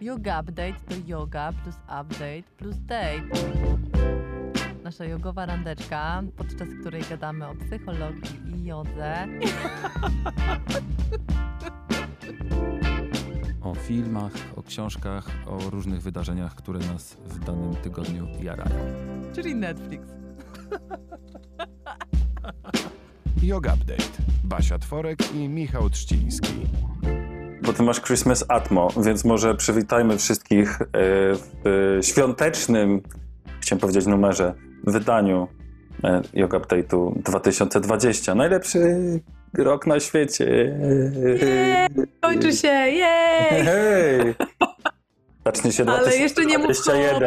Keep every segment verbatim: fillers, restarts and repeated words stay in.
Yoga Update to yoga plus update plus date. Nasza jogowa randeczka, podczas której gadamy o psychologii i jodze. O filmach, o książkach, o różnych wydarzeniach, które nas w danym tygodniu jarają. Czyli Netflix. Yoga Update. Basia Tworek i Michał Trzciński. Bo ty masz Christmas Atmo, więc może przywitajmy wszystkich w świątecznym, chciałem powiedzieć numerze, wydaniu Yoga Update'u dwa tysiące dwudziestego. Najlepszy rok na świecie. Jej, kończy się, jej! Hej! Zacznie się Ale jeszcze nie mów hop.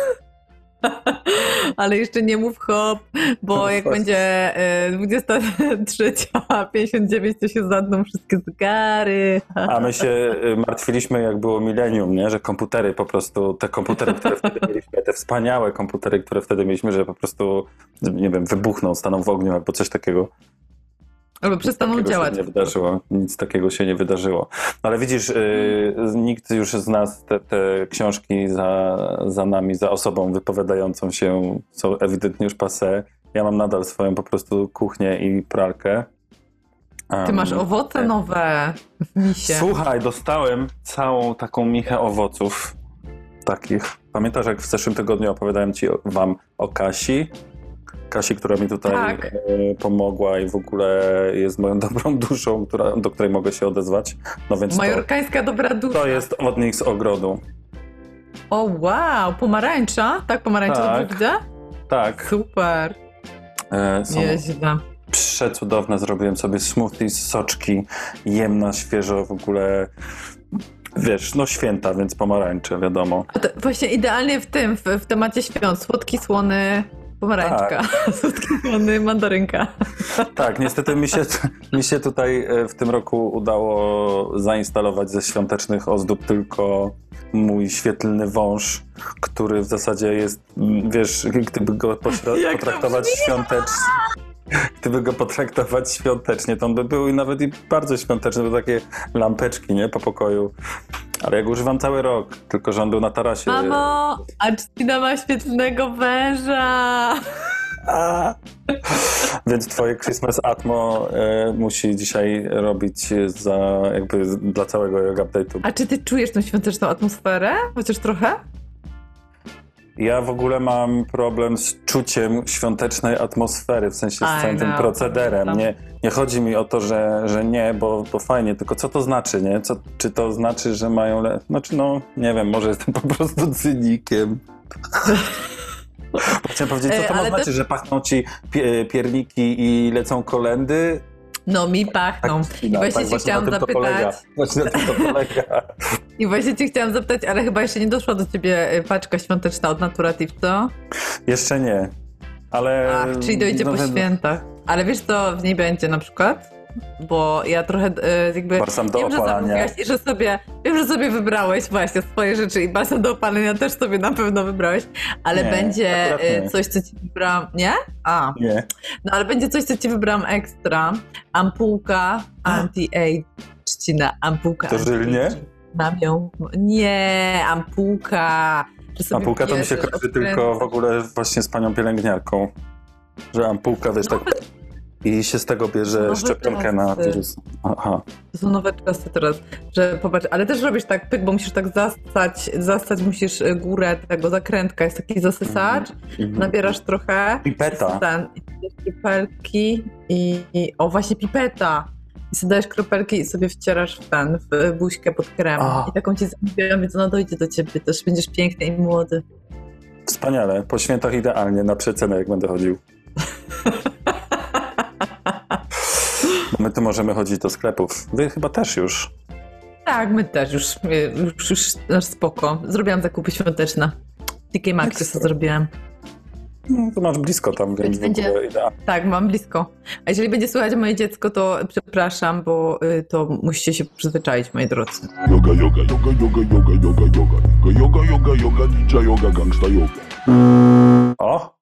Ale jeszcze nie mów hop, bo no jak właśnie. Będzie dwudziesta trzecia pięćdziesiąt dziewięć, to się zadną wszystkie zegary. A my się martwiliśmy, jak było milenium, nie? Że komputery po prostu, te komputery, które wtedy mieliśmy, te wspaniałe komputery, które wtedy mieliśmy, że po prostu, nie wiem, wybuchną, staną w ogniu albo coś takiego. Albo przestaną działać. Się nie wydarzyło. Nic takiego się nie wydarzyło. Ale widzisz, yy, nikt już z nas te, te książki za, za nami, za osobą wypowiadającą się są ewidentnie już passé. Ja mam nadal swoją po prostu kuchnię i pralkę. Um, Ty masz owoce nowe w misie. Słuchaj, dostałem całą taką michę owoców takich. Pamiętasz, jak w zeszłym tygodniu opowiadałem ci wam o Kasi? Kasi, która mi tutaj tak. pomogła i w ogóle jest moją dobrą duszą, która, do której mogę się odezwać. No więc Majorkańska to, dobra dusza. To jest od nich z ogrodu. O wow, pomarańcza? Tak, pomarańcza tak. dobrze widzę? Tak. Super. E, są Nieźle. Przecudowne. Zrobiłem sobie smoothie z soczki, jem na świeżo w ogóle. Wiesz, no święta, więc pomarańcze, wiadomo. To właśnie idealnie w tym, w, w temacie świąt. Słodki, słony... Pomarańczka, tak. Słodki, słony, mandarynka. Tak, niestety mi się, mi się tutaj w tym roku udało zainstalować ze świątecznych ozdób tylko mój świetlny wąż, który w zasadzie jest, wiesz, gdyby go pośra- potraktować świątecznie, gdyby go potraktować świątecznie, to on by był i nawet i bardzo świąteczny, bo takie lampeczki, nie, po pokoju. Ale ja go używam cały rok, tylko że on był na tarasie. Mamo, a Trzcina ma świetlnego węża. A. Więc twoje Christmas Atmo e, musi dzisiaj robić za, jakby dla całego Yoga Update'u. A czy ty czujesz tą świąteczną atmosferę? Chociaż trochę? Ja w ogóle mam problem z czuciem świątecznej atmosfery, w sensie z całym tym procederem. Nie, nie chodzi mi o to, że, że nie, bo, bo fajnie, tylko co to znaczy, nie? Co, czy to znaczy, że mają... Le... Znaczy, no, nie wiem, może jestem po prostu cynikiem. Chciałem powiedzieć, co to ma znaczy, też... że pachną ci pie- pierniki i lecą kolendy? No mi pachną. Tak, I właśnie tak, cię właśnie chciałam zapytać. Właśnie na tym to polega. I właśnie cię chciałam zapytać, ale chyba jeszcze nie doszła do ciebie paczka świąteczna od Naturative, co? Jeszcze nie, ale... Ach, czyli dojdzie no, po świętach. Ale wiesz co w niej będzie na przykład? Bo ja trochę jakby... Balsam do wiem, opalania. Że, że sobie, wiem, że sobie wybrałeś właśnie swoje rzeczy i balsam do opalenia też sobie na pewno wybrałeś, ale nie, będzie coś, co ci wybrałam... Nie? A. Nie. No ale będzie coś, co ci wybrałam ekstra. Ampułka anti-age. Trzcina, ampułka to żylnie? Mam ją. Nie, ampułka. Ampułka to mi się kojarzy tylko w ogóle właśnie z panią pielęgniarką. Że ampułka, wiesz, tak... I się z tego bierze szczepionkę na wirus. Aha. To są nowe czasy teraz, że popatrz, ale też robisz tak pyk, bo musisz tak zastać, zastać musisz górę tego zakrętka, jest taki zasysacz, mm-hmm. nabierasz trochę. Pipeta. Ten, i kropelki i, i o właśnie pipeta. I sobie dajesz kropelki i sobie wcierasz w ten, w buźkę pod krem. Oh. I taką ci zamówiłam, więc ona dojdzie do ciebie, też będziesz piękny i młody. Wspaniale, po świętach idealnie, na przecenę jak będę chodził. My tu możemy chodzić do sklepów. Wy chyba też już. Tak, my też już. Już, już nasz spoko. Zrobiłam zakupy świąteczne. T K Maxx to zrobiłam. No, to masz blisko tam, więc będzie... w ogóle idealnie. Tak, mam blisko. A jeżeli będzie słuchać moje dziecko, to przepraszam, bo y, to musicie się przyzwyczaić, moi drodzy. Yoga, yoga, yoga, yoga, yoga, yoga, yoga. Yoga, yoga, yoga, ninja yoga, gangsta yoga. O!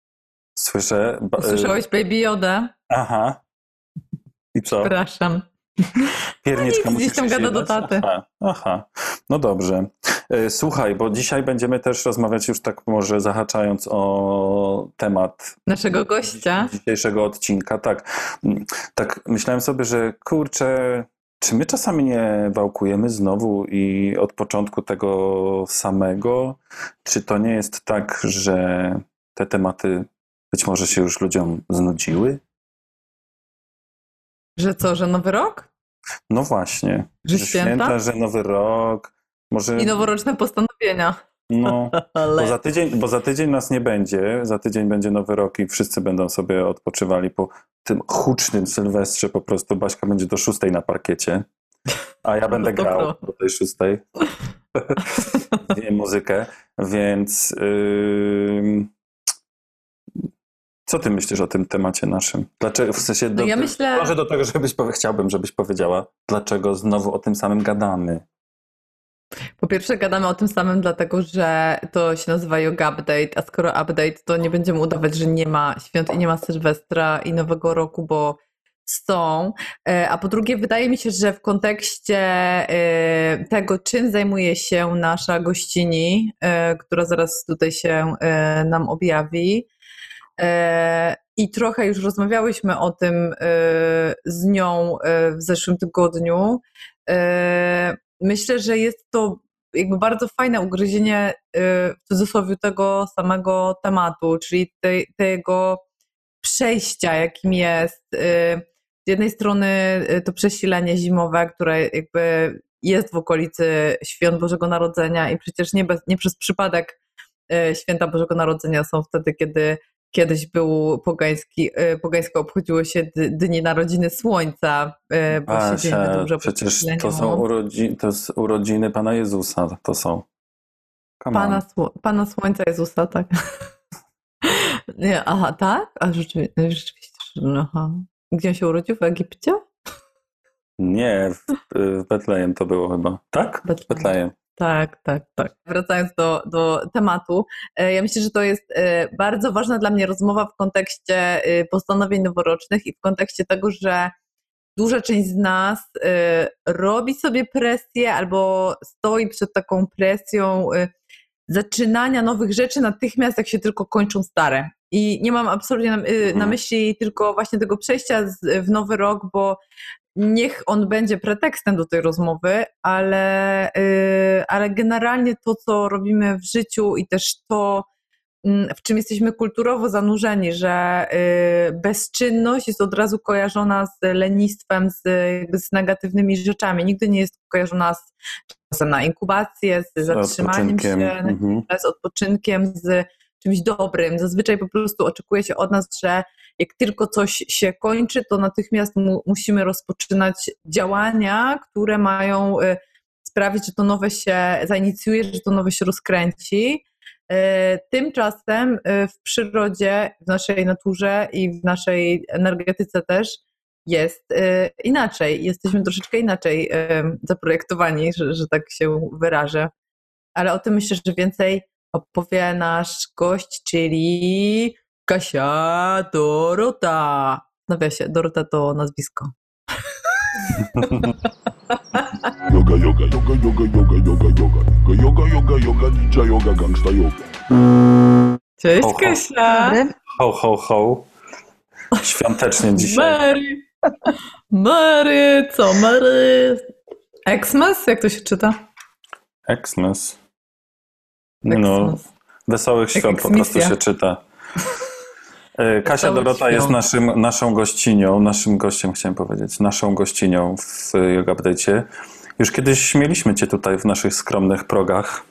Słyszę... Ba- Słyszałeś Baby Yoda? Aha. I co? Przepraszam. Pierniczka no nic, gdzieś tam gada do taty. Aha, aha, no dobrze. Słuchaj, bo dzisiaj będziemy też rozmawiać już tak może zahaczając o temat naszego gościa. Dzisiejszego odcinka. Tak, tak myślałem sobie, że kurczę, czy my czasami nie wałkujemy znowu i od początku tego samego? Czy to nie jest tak, że te tematy być może się już ludziom znudziły? Że co, że nowy rok? No właśnie. Że, że święta? święta, że nowy rok. Może... I noworoczne postanowienia. No, bo za, tydzień, bo za tydzień nas nie będzie. Za tydzień będzie nowy rok i wszyscy będą sobie odpoczywali po tym hucznym Sylwestrze. Po prostu Baśka będzie do szóstej na parkiecie, a ja będę no grał do tej szóstej. Wiem muzykę, więc... Yy... Co ty myślisz o tym temacie naszym? Dlaczego, w sensie, do, no ja myślę... może do tego, żebyś powie, chciałbym, żebyś powiedziała, dlaczego znowu o tym samym gadamy. Po pierwsze gadamy o tym samym dlatego, że to się nazywa Yoga Update, a skoro update, to nie będziemy udawać, że nie ma świąt i nie ma Sylwestra i Nowego Roku, bo są. A po drugie, wydaje mi się, że w kontekście tego, czym zajmuje się nasza gościni, która zaraz tutaj się nam objawi, i trochę już rozmawiałyśmy o tym z nią w zeszłym tygodniu. Myślę, że jest to jakby bardzo fajne ugryzienie w cudzysłowie tego samego tematu, czyli te, tego przejścia, jakim jest z jednej strony to przesilenie zimowe, które jakby jest w okolicy Świąt Bożego Narodzenia i przecież nie, bez, nie przez przypadek Święta Bożego Narodzenia są wtedy, kiedy kiedyś był pogański, pogańsko obchodziło się dni narodziny Słońca, bo Asia, się dzień wydłuża. przecież to są urodzi, to jest urodziny Pana Jezusa, to są. Pana, Sło, Pana Słońca Jezusa, tak. Nie, aha, tak? A rzeczywiście, rzeczywiście aha. Gdzie on się urodził? W Egipcie? Nie, w, w Betlejem to było chyba. Tak? Betlejem. Betlejem. Tak, tak, tak. Wracając do, do tematu, ja myślę, że to jest bardzo ważna dla mnie rozmowa w kontekście postanowień noworocznych i w kontekście tego, że duża część z nas robi sobie presję albo stoi przed taką presją zaczynania nowych rzeczy natychmiast, jak się tylko kończą stare. I nie mam absolutnie na, na myśli tylko właśnie tego przejścia z, w nowy rok, bo niech on będzie pretekstem do tej rozmowy, ale, yy, ale generalnie to, co robimy w życiu i też to, w czym jesteśmy kulturowo zanurzeni, że yy, bezczynność jest od razu kojarzona z lenistwem, z, jakby z negatywnymi rzeczami. Nigdy nie jest kojarzona z czasem na inkubację, z, z zatrzymaniem się, mhm. z odpoczynkiem, z czymś dobrym. Zazwyczaj po prostu oczekuje się od nas, że jak tylko coś się kończy, to natychmiast mu, musimy rozpoczynać działania, które mają y, sprawić, że to nowe się zainicjuje, że to nowe się rozkręci. Y, tymczasem y, w przyrodzie, w naszej naturze i w naszej energetyce też jest y, inaczej. Jesteśmy troszeczkę inaczej y, zaprojektowani, że, że tak się wyrażę. Ale o tym myślę, że więcej opowie nasz gość, czyli Kasia Dorota. W nawiasie, Dorota to nazwisko. Yoga, yoga, yoga, yoga, yoga, yoga, yoga, yoga, yoga, yoga, ninja yoga, gangsta yoga. Cześć ho, ho. Kasia. Ho, ho, ho. Świątecznie dzisiaj. Mary. Mary, co Mary? Xmas? Jak to się czyta? Xmas. No, wesołych świąt po prostu się czyta. Kasia Dorota jest naszym, naszą gościnią, naszym gościem chciałem powiedzieć, naszą gościnią w Yoga Update'cie. Już kiedyś mieliśmy cię tutaj w naszych skromnych progach.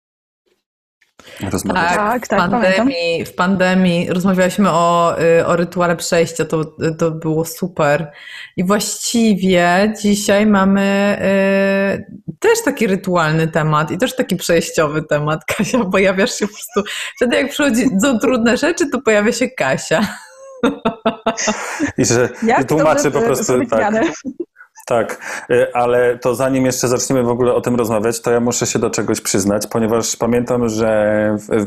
Tak, w, tak, pandemii, w pandemii rozmawialiśmy o, o rytuale przejścia, to, to było super. I właściwie dzisiaj mamy y, też taki rytualny temat i też taki przejściowy temat. Kasia, pojawiasz się po prostu, wtedy jak przychodzą trudne rzeczy, to pojawia się Kasia. I że i tłumaczy po prostu tak. Tak, ale to zanim jeszcze zaczniemy w ogóle o tym rozmawiać, to ja muszę się do czegoś przyznać, ponieważ pamiętam, że w,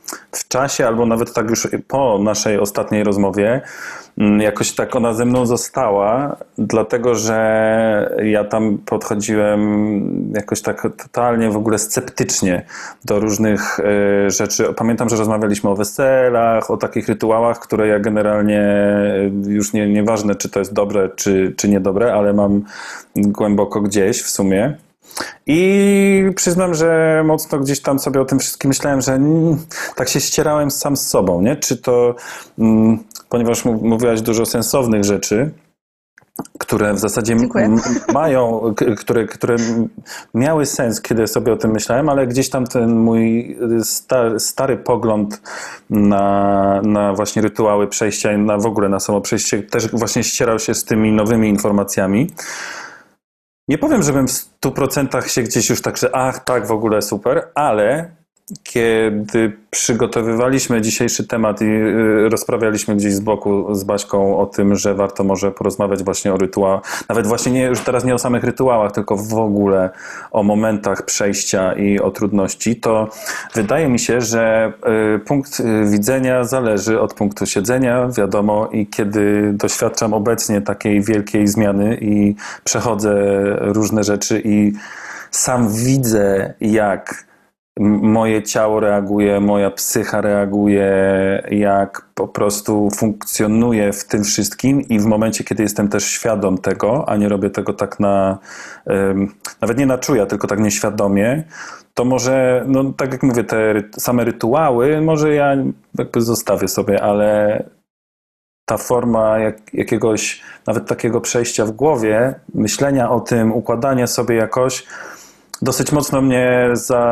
w czasie, albo nawet tak już po naszej ostatniej rozmowie, jakoś tak ona ze mną została, dlatego że ja tam podchodziłem jakoś tak totalnie w ogóle sceptycznie do różnych y, rzeczy. Pamiętam, że rozmawialiśmy o weselach, o takich rytuałach, które ja generalnie już nie, nieważne, czy to jest dobre, czy, czy niedobre, ale mam głęboko gdzieś w sumie. I przyznam, że mocno gdzieś tam sobie o tym wszystkim myślałem, że mm, tak się ścierałem sam z sobą, nie? Czy to, mm, ponieważ mówiłaś dużo sensownych rzeczy, które w zasadzie m- mają, k- które, które miały sens, kiedy sobie o tym myślałem, ale gdzieś tam ten mój stary, stary pogląd na, na właśnie rytuały przejścia i na w ogóle na samo przejście też właśnie ścierał się z tymi nowymi informacjami. Nie powiem, żebym w stu procentach się gdzieś już tak, że ach, tak, w ogóle super, ale kiedy przygotowywaliśmy dzisiejszy temat i rozprawialiśmy gdzieś z boku z Baśką o tym, że warto może porozmawiać właśnie o rytuałach, nawet właśnie nie, już teraz nie o samych rytuałach, tylko w ogóle o momentach przejścia i o trudności, to wydaje mi się, że punkt widzenia zależy od punktu siedzenia, wiadomo, i kiedy doświadczam obecnie takiej wielkiej zmiany i przechodzę różne rzeczy i sam widzę, jak moje ciało reaguje, moja psycha reaguje, jak po prostu funkcjonuję w tym wszystkim i w momencie, kiedy jestem też świadom tego, a nie robię tego tak na, um, nawet nie na czuja, tylko tak nieświadomie, to może, no tak jak mówię, te ry- same rytuały, może ja jakby zostawię sobie, ale ta forma jak, jakiegoś, nawet takiego przejścia w głowie, myślenia o tym, układania sobie jakoś, dosyć mocno mnie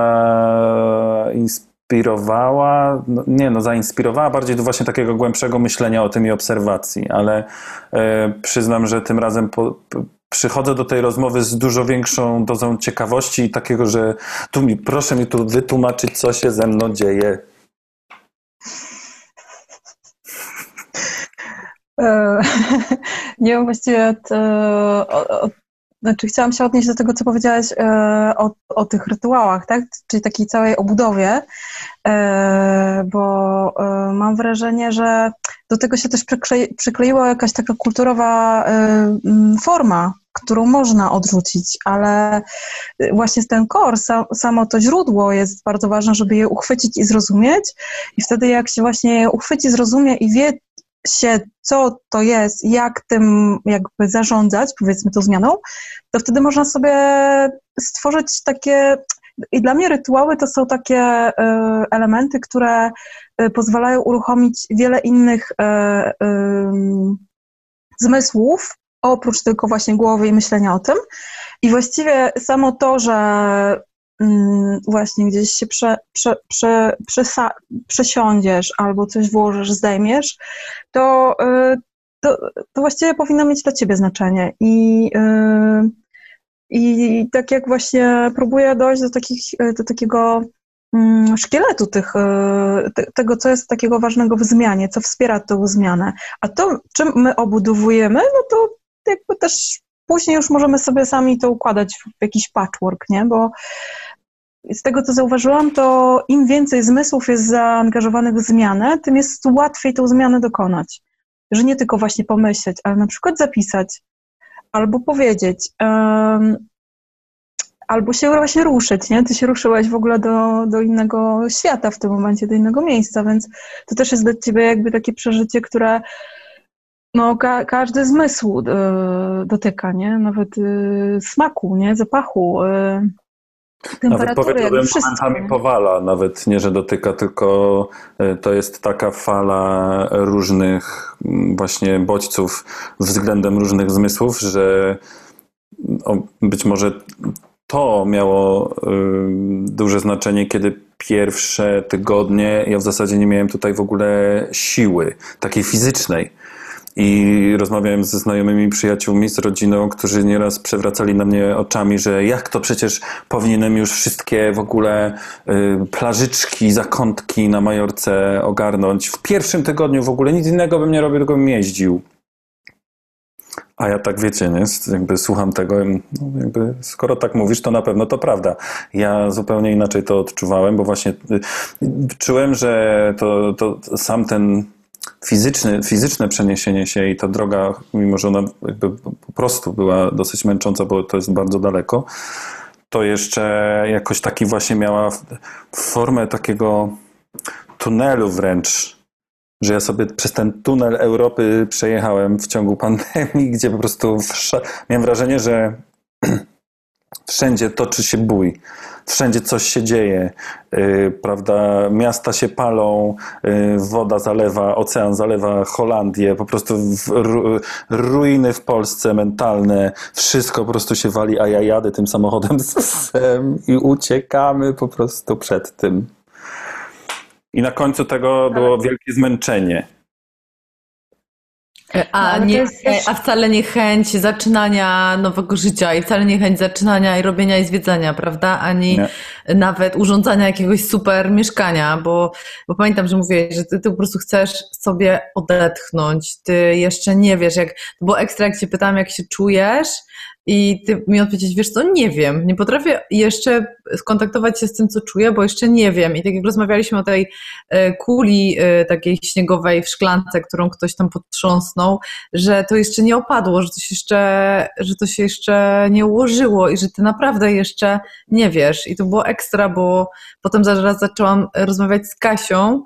zainspirowała, no, nie no, zainspirowała bardziej do właśnie takiego głębszego myślenia o tym i obserwacji, ale e, przyznam, że tym razem po, po, przychodzę do tej rozmowy z dużo większą dozą ciekawości i takiego, że tu mi, proszę mi tu wytłumaczyć, co się ze mną dzieje. Nie wiem właściwie od, od, od Znaczy, chciałam się odnieść do tego, co powiedziałaś e, o, o tych rytuałach, tak? Czyli takiej całej obudowie, e, bo e, mam wrażenie, że do tego się też przyklei, przykleiła jakaś taka kulturowa e, forma, którą można odrzucić, ale właśnie ten core, sam, samo to źródło jest bardzo ważne, żeby je uchwycić i zrozumieć i wtedy jak się właśnie je uchwyci, zrozumie i wie się, co to jest, jak tym jakby zarządzać, powiedzmy, tą zmianą, to wtedy można sobie stworzyć takie, i dla mnie rytuały to są takie y, elementy, które y, pozwalają uruchomić wiele innych y, y, zmysłów, oprócz tylko właśnie głowy i myślenia o tym. I właściwie samo to, że właśnie gdzieś się prze, prze, prze, przesa, przesiądziesz albo coś włożysz, zdejmiesz, to, to, to właściwie powinno mieć dla ciebie znaczenie. I, i tak jak właśnie próbuję dojść do, takich, do takiego szkieletu tych, te, tego, co jest takiego ważnego w zmianie, co wspiera tę zmianę. A to, czym my obudowujemy, no to jakby też później już możemy sobie sami to układać w jakiś patchwork, nie? Bo z tego, co zauważyłam, to im więcej zmysłów jest zaangażowanych w zmianę, tym jest łatwiej tą zmianę dokonać. Że nie tylko właśnie pomyśleć, ale na przykład zapisać, albo powiedzieć, um, albo się właśnie ruszyć, nie? Ty się ruszyłaś w ogóle do, do innego świata w tym momencie, do innego miejsca, więc to też jest dla ciebie jakby takie przeżycie, które no, ka- każdy zmysł y, dotyka, nie? Nawet y, smaku, nie? Zapachu, y, temperatury, nawet jakby wszystko. Momentami powala, nawet nie, że dotyka, tylko y, to jest taka fala różnych y, właśnie bodźców względem różnych zmysłów, że o, być może to miało y, duże znaczenie, kiedy pierwsze tygodnie ja w zasadzie nie miałem tutaj w ogóle siły, takiej fizycznej. I rozmawiałem ze znajomymi przyjaciółmi, z rodziną, którzy nieraz przewracali na mnie oczami, że jak to przecież powinienem już wszystkie w ogóle y, plażyczki, zakątki na Majorce ogarnąć. W pierwszym tygodniu w ogóle nic innego bym nie robił, tylko bym jeździł. A ja tak, wiecie, nie? Jakby słucham tego, no jakby skoro tak mówisz, to na pewno to prawda. Ja zupełnie inaczej to odczuwałem, bo właśnie czułem, że to, to sam ten fizyczny, fizyczne przeniesienie się i ta droga, mimo że ona jakby po prostu była dosyć męcząca, bo to jest bardzo daleko, to jeszcze jakoś taki właśnie miała formę takiego tunelu wręcz, że ja sobie przez ten tunel Europy przejechałem w ciągu pandemii, gdzie po prostu wsza- miałem wrażenie, że wszędzie toczy się bój, wszędzie coś się dzieje, yy, prawda, miasta się palą, yy, woda zalewa, ocean zalewa Holandię, po prostu w, ru, ruiny w Polsce mentalne, wszystko po prostu się wali, a ja jadę tym samochodem z psem i uciekamy po prostu przed tym. I na końcu tego było wielkie zmęczenie. A, nie, a wcale nie chęć zaczynania nowego życia i wcale nie chęć zaczynania i robienia i zwiedzania, prawda? Ani nie. Nawet urządzania jakiegoś super mieszkania, bo, bo pamiętam, że mówiłeś, że ty, ty po prostu chcesz sobie odetchnąć. Ty jeszcze nie wiesz, jak, bo ekstra jak cię pytałam, jak się czujesz, i ty mi odpowiedzieć, wiesz co, nie wiem, nie potrafię jeszcze skontaktować się z tym, co czuję, bo jeszcze nie wiem. I tak jak rozmawialiśmy o tej kuli takiej śniegowej w szklance, którą ktoś tam potrząsnął, że to jeszcze nie opadło, że to się jeszcze, że to się jeszcze nie ułożyło i że ty naprawdę jeszcze nie wiesz. I to było ekstra, bo potem zaraz zaczęłam rozmawiać z Kasią,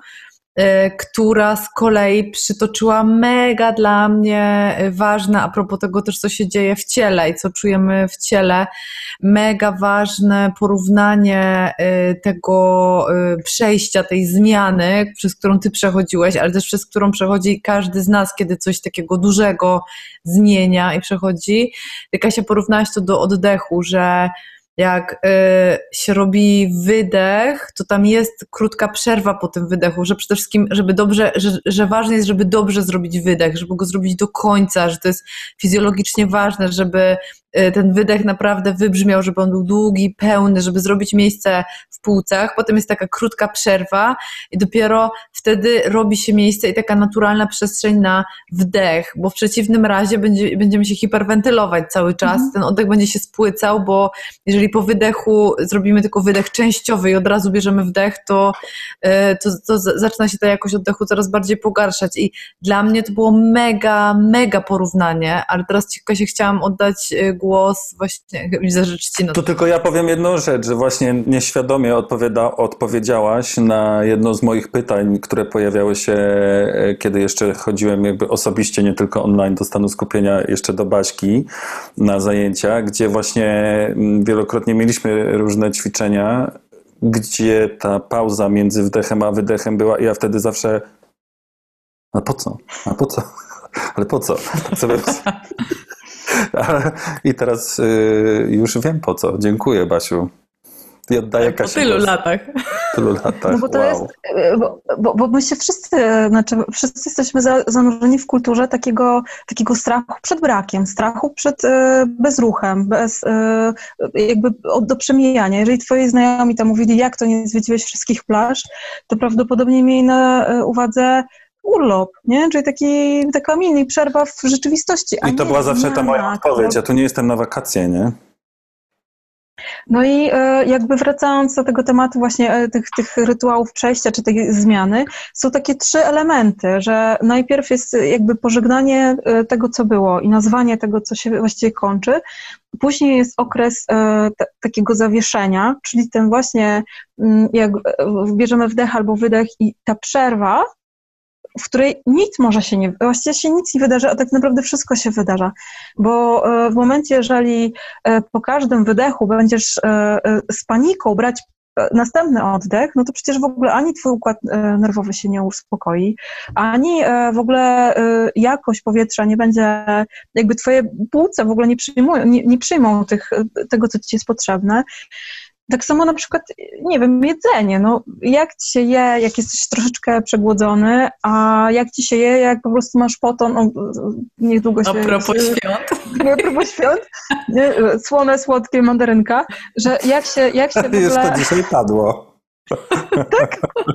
która z kolei przytoczyła mega dla mnie ważne, a propos tego też, co się dzieje w ciele i co czujemy w ciele, mega ważne porównanie tego przejścia, tej zmiany, przez którą ty przechodziłeś, ale też przez którą przechodzi każdy z nas, kiedy coś takiego dużego zmienia i przechodzi. Kasia, porównałaś to do oddechu, że jak y, się robi wydech, to tam jest krótka przerwa po tym wydechu, że przede wszystkim, żeby dobrze, że, że ważne jest, żeby dobrze zrobić wydech, żeby go zrobić do końca, że to jest fizjologicznie ważne, żeby y, ten wydech naprawdę wybrzmiał, żeby on był długi, pełny, żeby zrobić miejsce w płucach. Potem jest taka krótka przerwa i dopiero wtedy robi się miejsce i taka naturalna przestrzeń na wdech, bo w przeciwnym razie będzie, będziemy się hiperwentylować cały czas, mhm. Ten oddech będzie się spłycał, bo jeżeli po wydechu zrobimy tylko wydech częściowy i od razu bierzemy wdech, to, to, to zaczyna się ta jakość oddechu coraz bardziej pogarszać i dla mnie to było mega, mega porównanie, ale teraz ci, Kasia, chciałam oddać głos właśnie, widzę, że Trzcina. To tylko ja powiem jedną rzecz, że właśnie nieświadomie odpowiada, odpowiedziałaś na jedno z moich pytań, które pojawiały się, kiedy jeszcze chodziłem jakby osobiście, nie tylko online do stanu skupienia, jeszcze do Baśki na zajęcia, gdzie właśnie wielokrotnie mieliśmy różne ćwiczenia, gdzie ta pauza między wdechem a wydechem była i ja wtedy zawsze a po co? A po co? Ale po co? Tak sobie... I teraz y, już wiem po co. Dziękuję, Basiu. I oddaję Kasię. Po tylu głos. latach. tylu latach, no bo to wow. jest, bo, bo, bo my się wszyscy, znaczy wszyscy jesteśmy za, zanurzeni w kulturze takiego, takiego strachu przed brakiem, strachu przed e, bezruchem, bez e, jakby do przemijania. Jeżeli twoi znajomi tam mówili, jak to nie zwiedziłeś wszystkich plaż, to prawdopodobnie mieli na uwadze urlop, nie? Czyli taki, taka mini przerwa w rzeczywistości. I to była zawsze ta moja odpowiedź. Ja tu nie jestem na wakacje, nie? No i e, jakby wracając do tego tematu właśnie e, tych, tych rytuałów przejścia czy tej zmiany, są takie trzy elementy, że najpierw jest jakby pożegnanie e, tego, co było i nazwanie tego, co się właściwie kończy. Później jest okres e, t- takiego zawieszenia, czyli ten właśnie m, jak bierzemy wdech albo wydech i ta przerwa, w której nic może się nie, właściwie się nic nie wydarzy, a tak naprawdę wszystko się wydarza, bo w momencie, jeżeli po każdym wydechu będziesz z paniką brać następny oddech, no to przecież w ogóle ani twój układ nerwowy się nie uspokoi, ani w ogóle jakość powietrza nie będzie, jakby twoje płuca w ogóle nie przyjmują, nie, nie przyjmą tych, tego, co ci jest potrzebne. Tak samo na przykład, nie wiem, jedzenie, no jak ci się je, jak jesteś troszeczkę przegłodzony, a jak ci się je, jak po prostu masz poton, no, niedługo się... A propos się, świąt. A propos świąt, nie, słone, słodkie mandarynka, że jak się, jak się w ogóle... Już to dzisiaj padło. Tak?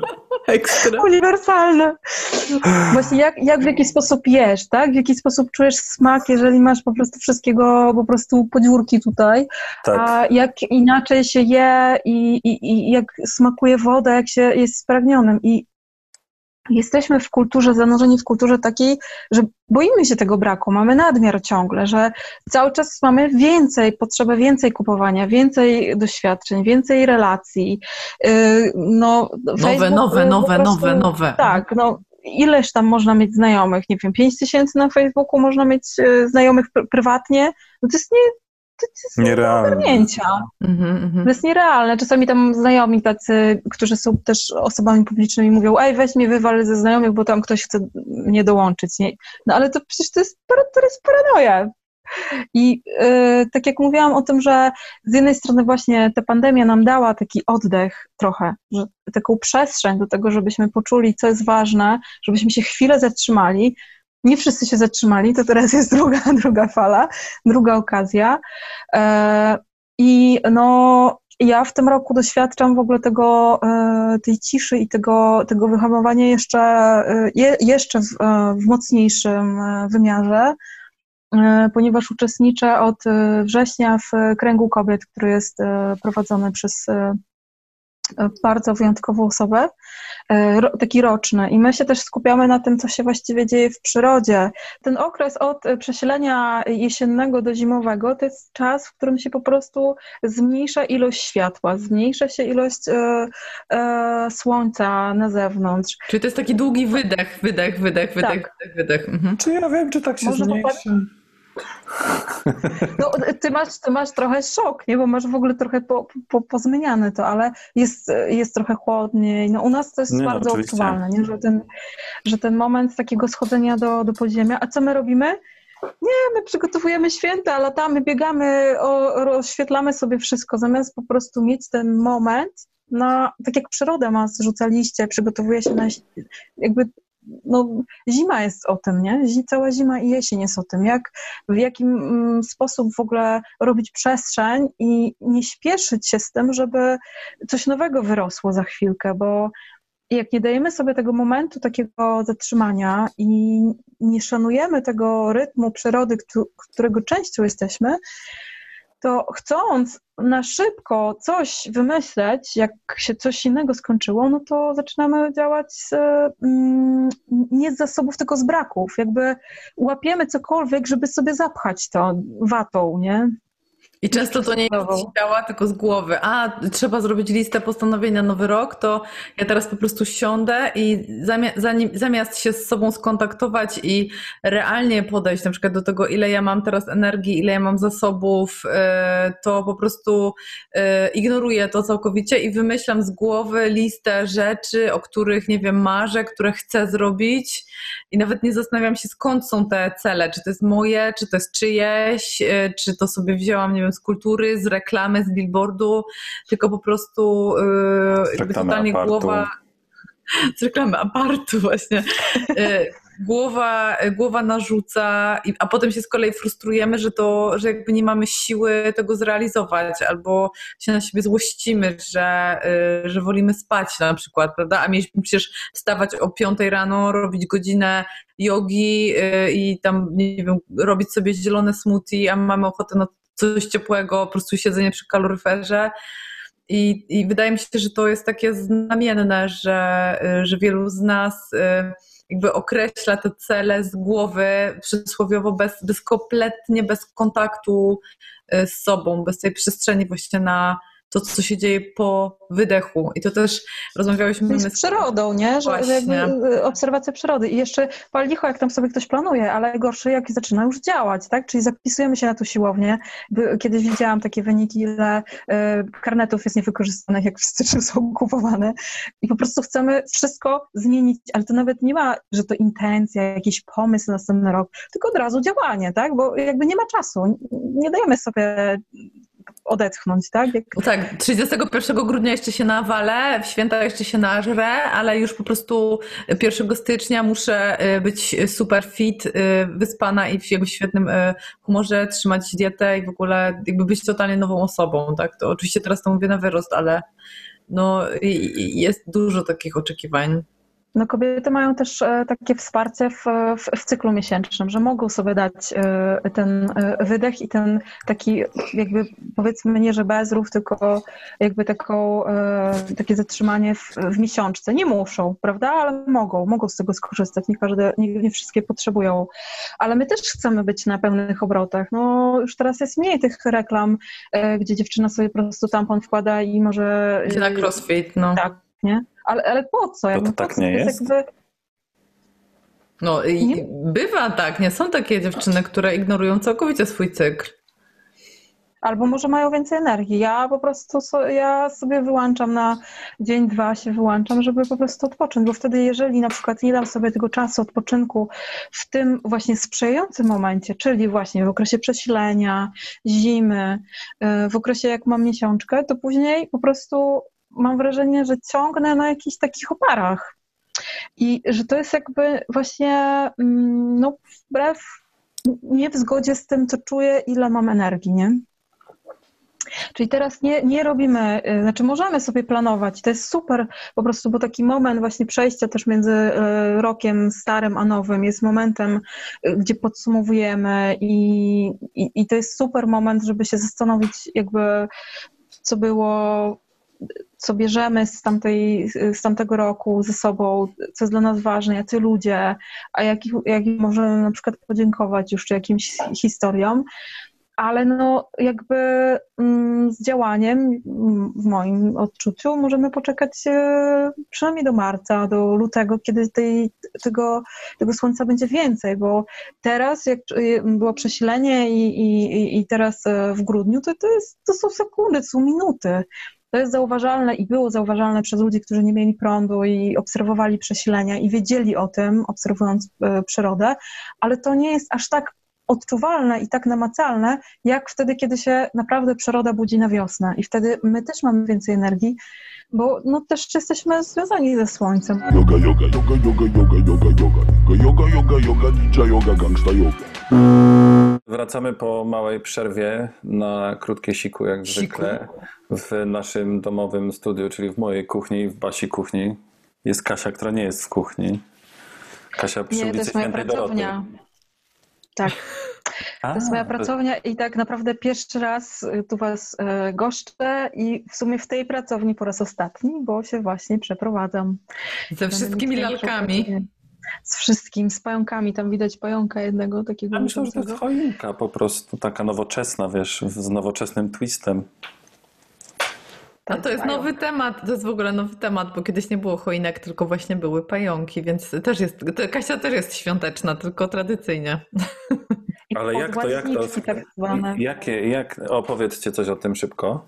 Ekstra. Uniwersalne. Właśnie jak, jak w jaki sposób jesz, tak? W jaki sposób czujesz smak, jeżeli masz po prostu wszystkiego, po prostu podziurki tutaj, Tak. a jak inaczej się je i, i, i jak smakuje woda, jak się jest spragnionym. I jesteśmy w kulturze, zanurzeni w kulturze takiej, że boimy się tego braku, mamy nadmiar ciągle, że cały czas mamy więcej, potrzebę więcej kupowania, więcej doświadczeń, więcej relacji. No, nowe, Facebook nowe, nowe, prostu, nowe, nowe. Tak, no ileż tam można mieć znajomych, nie wiem, pięć tysięcy na Facebooku można mieć znajomych pr- prywatnie, no to jest nie To jest Nierealne. nie do ogarnięcia. Mm-hmm. To jest nierealne. Czasami tam znajomi tacy, którzy są też osobami publicznymi, mówią, ej, weź mnie wywal ze znajomych, bo tam ktoś chce mnie dołączyć. Nie? No ale to przecież to jest, to jest paranoja. I yy, tak jak mówiłam o tym, że z jednej strony właśnie ta pandemia nam dała taki oddech trochę, że taką przestrzeń do tego, żebyśmy poczuli, co jest ważne, żebyśmy się chwilę zatrzymali. Nie wszyscy się zatrzymali, to teraz jest druga, druga fala, druga okazja. I no, ja w tym roku doświadczam w ogóle tego, tej ciszy i tego, tego wyhamowania jeszcze, jeszcze w, w mocniejszym wymiarze, ponieważ uczestniczę od września w Kręgu Kobiet, który jest prowadzony przez bardzo wyjątkową osobę, taki roczny. I my się też skupiamy na tym, co się właściwie dzieje w przyrodzie. Ten okres od przesilenia jesiennego do zimowego to jest czas, w którym się po prostu zmniejsza ilość światła, zmniejsza się ilość e, e, słońca na zewnątrz. Czyli to jest taki długi wydech, wydech, wydech, wydech, tak. wydech, wydech. Mhm. Czy ja wiem, czy tak się Można zmniejszy? No, ty masz, ty masz trochę szok, nie? Bo masz w ogóle trochę po, po, pozmieniane to, ale jest, jest trochę chłodniej. No, u nas to jest nie, bardzo no, odczuwalne, nie? Że, ten, że ten moment takiego schodzenia do, do podziemia. A co my robimy? Nie, my przygotowujemy święta, latamy, biegamy, o, rozświetlamy sobie wszystko, zamiast po prostu mieć ten moment, na, tak jak przyroda ma, zrzuca liście, przygotowuje się na jakby no, zima jest o tym, nie? Cała zima i jesień jest o tym, jak, w jakim mm, sposób w ogóle robić przestrzeń i nie śpieszyć się z tym, żeby coś nowego wyrosło za chwilkę, bo jak nie dajemy sobie tego momentu takiego zatrzymania i nie szanujemy tego rytmu przyrody, którego częścią jesteśmy, to chcąc na szybko coś wymyśleć, jak się coś innego skończyło, no to zaczynamy działać z, mm, nie z zasobów, tylko z braków. Jakby łapiemy cokolwiek, żeby sobie zapchać to watą, nie? I często to nie jest z ciała, tylko z głowy. A, trzeba zrobić listę postanowień na nowy rok, to ja teraz po prostu siądę i zamiast, zanim, zamiast się z sobą skontaktować i realnie podejść na przykład do tego, ile ja mam teraz energii, ile ja mam zasobów, to po prostu ignoruję to całkowicie i wymyślam z głowy listę rzeczy, o których, nie wiem, marzę, które chcę zrobić i nawet nie zastanawiam się, skąd są te cele, czy to jest moje, czy to jest czyjeś, czy to sobie wzięłam, nie wiem, z kultury, z reklamy, z billboardu, tylko po prostu yy, jakby totalnie apartu. Głowa... Z reklamy apartu właśnie. Yy, głowa, głowa narzuca, a potem się z kolei frustrujemy, że to, że jakby nie mamy siły tego zrealizować, albo się na siebie złościmy, że, yy, że wolimy spać na przykład, prawda? A mieliśmy przecież wstawać o piątej rano, robić godzinę jogi yy, i tam, nie wiem, robić sobie zielone smoothie, a mamy ochotę na coś ciepłego, po prostu siedzenie przy kaloryferze. I, I wydaje mi się, że to jest takie znamienne, że, że wielu z nas jakby określa te cele z głowy przysłowiowo bez, bez kompletnie bez kontaktu z sobą, bez tej przestrzeni właśnie na to, co się dzieje po wydechu. I to też rozmawiałyśmy... Z przyrodą, nie? Że jakby obserwacja przyrody. I jeszcze pal licho, jak tam sobie ktoś planuje, ale gorsze, jak zaczyna już działać, tak? Czyli zapisujemy się na tą siłownię. Kiedyś widziałam takie wyniki, ile karnetów jest niewykorzystanych, jak w styczniu są kupowane. I po prostu chcemy wszystko zmienić, ale to nawet nie ma, że to intencja, jakiś pomysł na następny rok, tylko od razu działanie, tak? Bo jakby nie ma czasu. Nie dajemy sobie odetchnąć, tak? Jak... Tak, trzydziestego pierwszego grudnia jeszcze się nawalę, w święta jeszcze się nażrę, ale już po prostu pierwszego stycznia muszę być super fit, wyspana i w jakby świetnym humorze, trzymać dietę i w ogóle jakby być totalnie nową osobą, tak? To oczywiście teraz to mówię na wyrost, ale No i jest dużo takich oczekiwań. No kobiety mają też takie wsparcie w, w, w cyklu miesięcznym, że mogą sobie dać ten wydech i ten taki jakby powiedzmy nie, że bezruch, tylko jakby taką, takie zatrzymanie w, w miesiączce. Nie muszą, prawda? Ale mogą, mogą z tego skorzystać. Nie każde, nie, nie wszystkie potrzebują. Ale my też chcemy być na pełnych obrotach. No już teraz jest mniej tych reklam, gdzie dziewczyna sobie po prostu tampon wkłada i może... Idzie na crossfit, no. Tak, nie? Ale, ale po co? To, to po tak co? nie To jest? Jakby... No i Nie? bywa tak, nie? Są takie dziewczyny, które ignorują całkowicie swój cykl. Albo może mają więcej energii. Ja po prostu so, ja sobie wyłączam na dzień, dwa się wyłączam, żeby po prostu odpocząć, bo wtedy jeżeli na przykład nie dam sobie tego czasu odpoczynku w tym właśnie sprzyjającym momencie, czyli właśnie w okresie przesilenia, zimy, w okresie jak mam miesiączkę, to później po prostu mam wrażenie, że ciągnę na jakichś takich oparach. I że to jest jakby właśnie no, wbrew, nie w zgodzie z tym, co czuję, ile mam energii, nie? Czyli teraz nie, nie robimy, znaczy możemy sobie planować, to jest super po prostu, bo taki moment właśnie przejścia też między rokiem starym a nowym jest momentem, gdzie podsumowujemy i, i, i to jest super moment, żeby się zastanowić jakby, co było, co bierzemy z, tamtej, z tamtego roku ze sobą, co jest dla nas ważne, jacy ludzie, a jakich, jakich możemy na przykład podziękować już, czy jakimś historiom. Ale no jakby mm, z działaniem, w moim odczuciu, możemy poczekać e, przynajmniej do marca, do lutego, kiedy tej, tego, tego słońca będzie więcej, bo teraz jak było przesilenie i, i, i teraz w grudniu, to, to, jest, to są sekundy, to są minuty. To jest zauważalne i było zauważalne przez ludzi, którzy nie mieli prądu i obserwowali przesilenia i wiedzieli o tym, obserwując e, przyrodę, ale to nie jest aż tak odczuwalne i tak namacalne, jak wtedy, kiedy się naprawdę przyroda budzi na wiosnę i wtedy my też mamy więcej energii, bo no też jesteśmy związani ze słońcem. Yoga, yoga, yoga, yoga, yoga, yoga, yoga, yoga, yoga, yoga, ninja yoga, gangsta yoga. Wracamy po małej przerwie na krótkie siku, jak Siku. zwykle, w naszym domowym studiu, czyli w mojej kuchni, w Basi kuchni. Jest Kasia, która nie jest w kuchni. Kasia przy Nie, to ulicy jest moja Świętej Doroty. pracownia. Tak. To jest moja pracownia i tak naprawdę pierwszy raz tu was e, goszczę i w sumie w tej pracowni po raz ostatni, bo się właśnie przeprowadzam. Ze wszystkimi lalkami. Z wszystkim, z pająkami. Tam widać pająka jednego takiego. Ja myślę, że to jest choinka po prostu, taka nowoczesna, wiesz, z nowoczesnym twistem. A to jest nowy temat, to jest w ogóle nowy temat, bo kiedyś nie było choinek, tylko właśnie były pająki, więc też jest, Kasia też jest świąteczna, tylko tradycyjnie. Ale jak to, jak to, tak zwane. jakie, jak, opowiedzcie coś o tym szybko.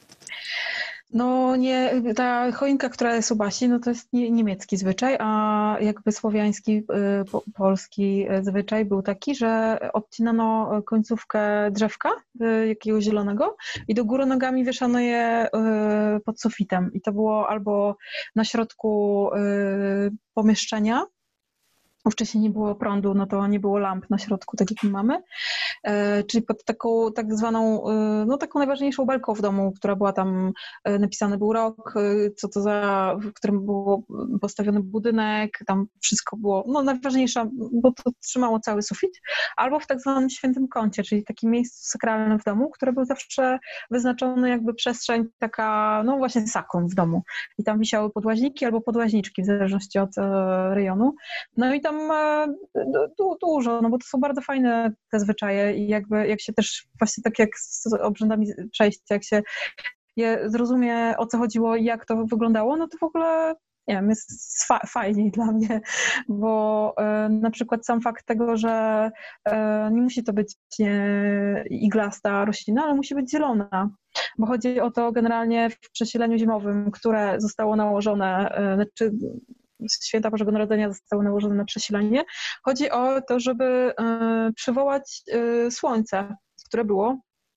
No nie, ta choinka, która jest u Basi, no to jest nie, niemiecki zwyczaj, a jakby słowiański, po, polski zwyczaj był taki, że odcinano końcówkę drzewka jakiegoś zielonego i do góry nogami wieszano je pod sufitem i to było albo na środku pomieszczenia. Wcześniej nie było prądu, no to nie było lamp na środku, tak jak my mamy, e, czyli pod taką tak zwaną, e, no taką najważniejszą belką w domu, która była tam, e, napisany był rok, e, co to za, w którym był postawiony budynek, tam wszystko było, no najważniejsza, bo to trzymało cały sufit, albo w tak zwanym świętym kącie, czyli takim miejscu sakralnym w domu, które był zawsze wyznaczony jakby przestrzeń taka, no właśnie sakrum w domu i tam wisiały podłaźniki albo podłaźniczki, w zależności od e, rejonu, no i tam du, dużo, no bo to są bardzo fajne te zwyczaje i jakby jak się też właśnie tak jak z obrzędami przejścia, jak się je zrozumie, o co chodziło i jak to wyglądało, no to w ogóle nie wiem, jest fa- fajniej dla mnie, bo e, na przykład sam fakt tego, że e, nie musi to być e, iglasta roślina, ale musi być zielona, bo chodzi o to generalnie w przesileniu zimowym, które zostało nałożone, e, znaczy Święta Bożego Narodzenia zostały nałożone na przesilenie. Chodzi o to, żeby y, przywołać y, słońce, które było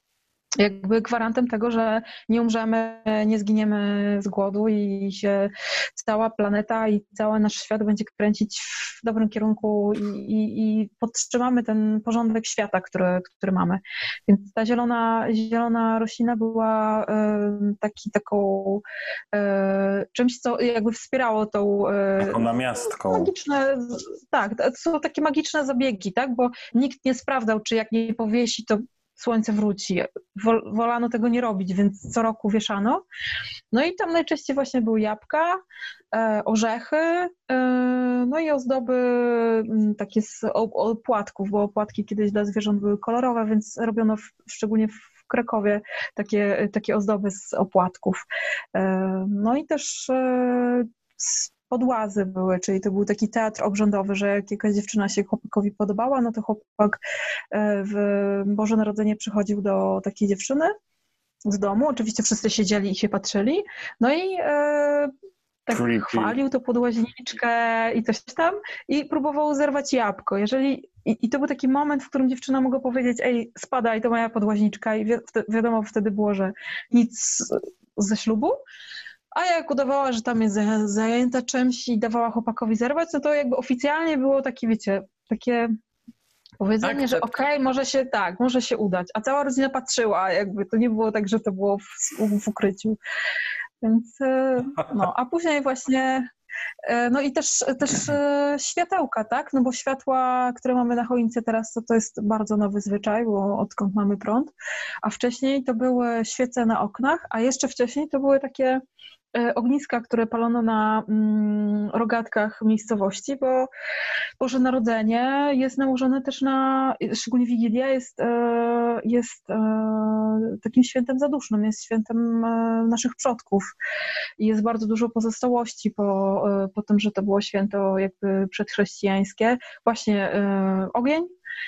jakby gwarantem tego, że nie umrzemy, nie zginiemy z głodu i się cała planeta i cały nasz świat będzie kręcić w dobrym kierunku i, i, i podtrzymamy ten porządek świata, który, który mamy. Więc ta zielona, zielona roślina była y, taki, taką y, czymś, co jakby wspierało tą y, taką namiastką. Magiczne, tak, to są takie magiczne zabiegi, tak, bo nikt nie sprawdzał, czy jak nie powiesi, to słońce wróci. Wolano tego nie robić, więc co roku wieszano. No i tam najczęściej właśnie były jabłka, e, orzechy, e, no i ozdoby m, takie z opłatków, bo opłatki kiedyś dla zwierząt były kolorowe, więc robiono w, szczególnie w Krakowie takie, takie ozdoby z opłatków. E, no i też e, podłazy były, czyli to był taki teatr obrzędowy, że jak jakaś dziewczyna się chłopakowi podobała, no to chłopak w Boże Narodzenie przychodził do takiej dziewczyny z domu. Oczywiście wszyscy siedzieli i się patrzyli. No i e, tak Creepy. chwalił tą podłaźniczkę i coś tam i próbował zerwać jabłko. Jeżeli, i, i to był taki moment, w którym dziewczyna mogła powiedzieć: ej, spadaj, to moja podłaźniczka, i wi- wiadomo wtedy było, że nic ze ślubu. A jak udawała, że tam jest zajęta czymś i dawała chłopakowi zerwać, no to jakby oficjalnie było takie, wiecie, takie powiedzenie, tak, że tak. okej, okay, może się tak, może się udać. A cała rodzina patrzyła, jakby to nie było tak, że to było w, w ukryciu. Więc no, a później właśnie no i też, też światełka, tak? No bo światła, które mamy na choince teraz, to, to jest bardzo nowy zwyczaj, bo odkąd mamy prąd, a wcześniej to były świece na oknach, a jeszcze wcześniej to były takie ogniska, które palono na mm, rogatkach miejscowości, bo Boże Narodzenie jest nałożone też na, szczególnie Wigilia jest, e, jest e, takim świętem zadusznym, jest świętem e, naszych przodków i jest bardzo dużo pozostałości po, e, po tym, że to było święto jakby przedchrześcijańskie. Właśnie e, ogień,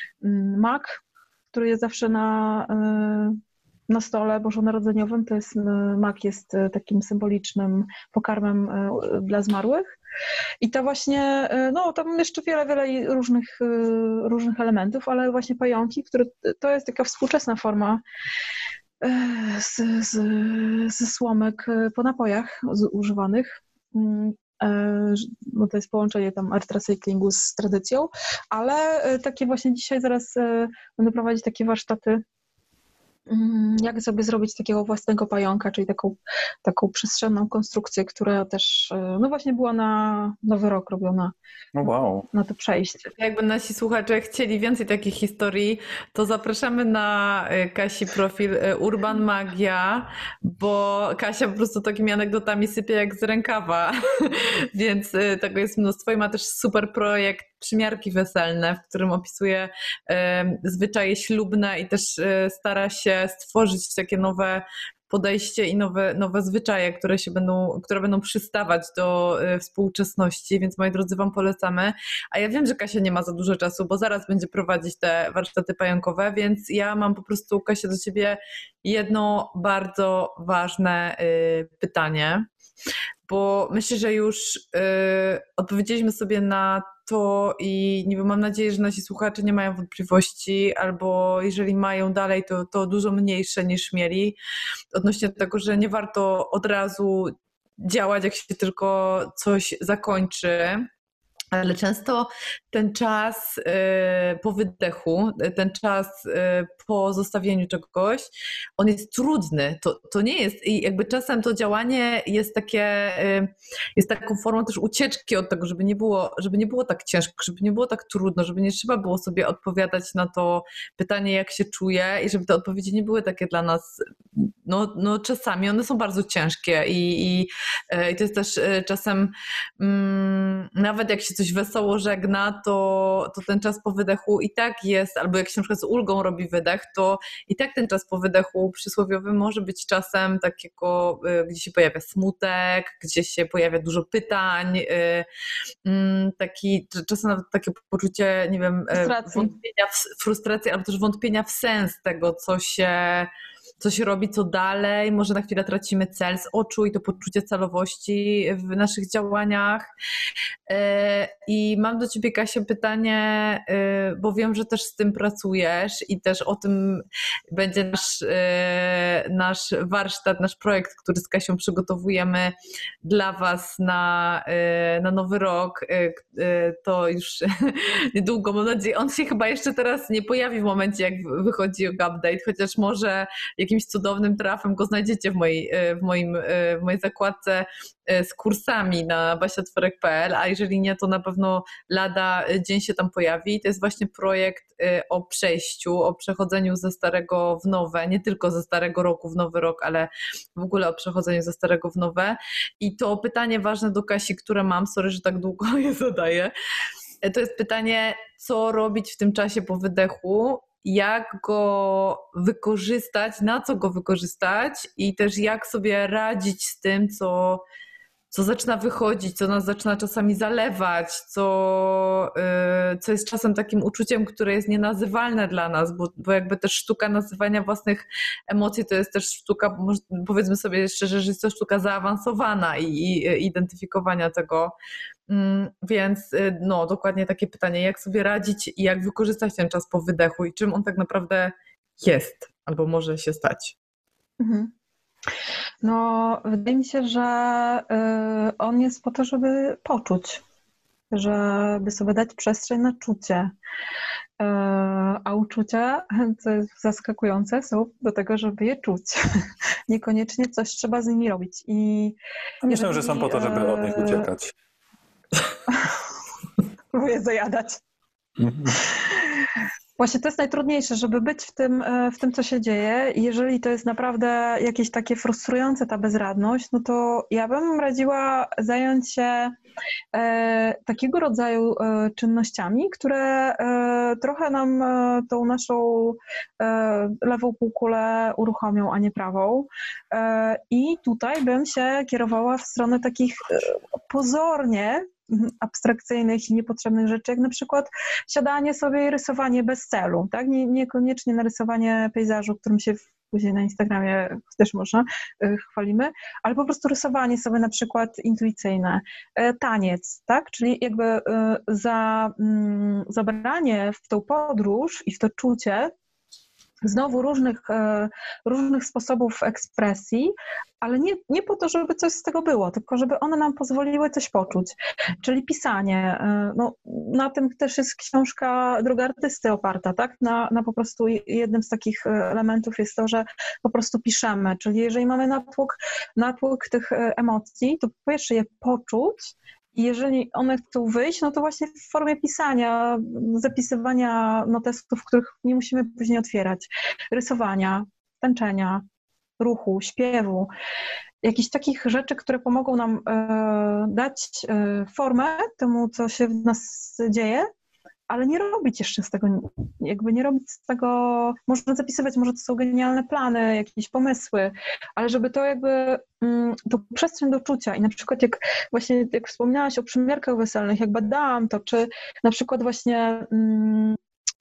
mak, który jest zawsze na e, na stole bożonarodzeniowym, to jest, mak jest takim symbolicznym pokarmem dla zmarłych. I to właśnie, no tam jeszcze wiele, wiele różnych, różnych elementów, ale właśnie pająki, które to jest taka współczesna forma z, z, ze słomek po napojach używanych. No to jest połączenie tam art recyklingu z tradycją, ale takie właśnie dzisiaj zaraz będę prowadzić takie warsztaty, jak sobie zrobić takiego własnego pająka, czyli taką, taką przestrzenną konstrukcję, która też, no właśnie była na Nowy Rok robiona. Oh, wow. Na to przejście. Jakby nasi słuchacze chcieli więcej takich historii, to zapraszamy na Kasi profil Urban Magia, bo Kasia po prostu takimi anegdotami sypie jak z rękawa, więc tego jest mnóstwo i ma też super projekt Przymiarki Weselne, w którym opisuje e, zwyczaje ślubne i też e, stara się stworzyć takie nowe podejście i nowe, nowe zwyczaje, które się będą, które będą przystawać do e, współczesności, więc moi drodzy, wam polecamy. A ja wiem, że Kasia nie ma za dużo czasu, bo zaraz będzie prowadzić te warsztaty pająkowe, więc ja mam po prostu, Kasia, do ciebie jedno bardzo ważne e, pytanie, bo myślę, że już y, odpowiedzieliśmy sobie na to i niby mam nadzieję, że nasi słuchacze nie mają wątpliwości, albo jeżeli mają dalej, to, to dużo mniejsze niż mieli, odnośnie tego, że nie warto od razu działać, jak się tylko coś zakończy. Ale często ten czas y, po wydechu, ten czas y, po zostawieniu czegoś, on jest trudny. To, to nie jest, i jakby czasem to działanie jest takie, y, jest taką formą też ucieczki od tego, żeby nie było, żeby nie było tak ciężko, żeby nie było tak trudno, żeby nie trzeba było sobie odpowiadać na to pytanie, jak się czuję, i żeby te odpowiedzi nie były takie dla nas, no, no czasami one są bardzo ciężkie i, i, y, i to jest też y, czasem mm, nawet jak się coś wesoło żegna, to, to ten czas po wydechu i tak jest, albo jak się na przykład z ulgą robi wydech, to i tak ten czas po wydechu przysłowiowy może być czasem takiego, gdzie się pojawia smutek, gdzie się pojawia dużo pytań, taki, czasem nawet takie poczucie, nie wiem, frustracji. wątpienia, w, frustracji, albo też wątpienia w sens tego, co się coś robi, co dalej, może na chwilę tracimy cel z oczu i to poczucie celowości w naszych działaniach. I mam do ciebie, Kasia, pytanie, bo wiem, że też z tym pracujesz i też o tym będzie nasz, nasz warsztat, nasz projekt, który z Kasią przygotowujemy dla was na, na nowy rok. To już niedługo, mam nadzieję, on się chyba jeszcze teraz nie pojawi w momencie, jak wychodzi Yoga Update, chociaż może jakimś cudownym trafem go znajdziecie w mojej, w moim, w mojej zakładce z kursami na basiatworek kropka pe el, a jeżeli nie, to na pewno lada dzień się tam pojawi. To jest właśnie projekt o przejściu, o przechodzeniu ze starego w nowe, nie tylko ze starego roku w nowy rok, ale w ogóle o przechodzeniu ze starego w nowe. I to pytanie ważne do Kasi, które mam, sorry, że tak długo je zadaję, to jest pytanie, co robić w tym czasie po wydechu, jak go wykorzystać, na co go wykorzystać i też jak sobie radzić z tym, co, co zaczyna wychodzić, co nas zaczyna czasami zalewać, co, yy, co jest czasem takim uczuciem, które jest nienazywalne dla nas, bo, bo jakby też sztuka nazywania własnych emocji to jest też sztuka, powiedzmy sobie szczerze, że jest to sztuka zaawansowana i, i identyfikowania tego. Więc no, dokładnie takie pytanie, jak sobie radzić i jak wykorzystać ten czas po wydechu i czym on tak naprawdę jest albo może się stać? Mhm. No, wydaje mi się, że on jest po to, żeby poczuć, żeby sobie dać przestrzeń na czucie. A uczucia, co jest zaskakujące, są do tego, żeby je czuć. Niekoniecznie coś trzeba z nimi robić. I Myślę, jeżeli, że są po to, żeby od nich uciekać. Próbuję zajadać. Właśnie to jest najtrudniejsze, żeby być w tym, w tym, co się dzieje. I jeżeli to jest naprawdę jakieś takie frustrujące, ta bezradność, no to ja bym radziła zająć się e, takiego rodzaju e, czynnościami, które e, trochę nam e, tą naszą e, lewą półkulę uruchomią, a nie prawą. E, I tutaj bym się kierowała w stronę takich e, pozornie abstrakcyjnych i niepotrzebnych rzeczy, jak na przykład siadanie sobie i rysowanie bez celu, tak? Nie, niekoniecznie narysowanie pejzażu, którym się później na Instagramie też można, chwalimy, ale po prostu rysowanie sobie na przykład intuicyjne, taniec, tak? Czyli jakby za, zabranie w tą podróż i w to czucie znowu różnych, różnych sposobów ekspresji, ale nie, nie po to, żeby coś z tego było, tylko żeby one nam pozwoliły coś poczuć. Czyli pisanie. No, na tym też jest książka Droga Artysty oparta, tak? Na, na po prostu jednym z takich elementów jest to, że po prostu piszemy. Czyli jeżeli mamy natłok, natłok tych emocji, to po pierwsze je poczuć, i jeżeli one chcą wyjść, no to właśnie w formie pisania, zapisywania notesów, których nie musimy później otwierać, rysowania, tańczenia, ruchu, śpiewu, jakichś takich rzeczy, które pomogą nam e, dać e, formę temu, co się w nas dzieje, ale nie robić jeszcze z tego, jakby nie robić z tego, można zapisywać, może to są genialne plany, jakieś pomysły, ale żeby to jakby, mm, to przestrzeń do czucia i na przykład jak właśnie, jak wspomniałaś o przymiarkach weselnych, jak badałam to, czy na przykład właśnie mm,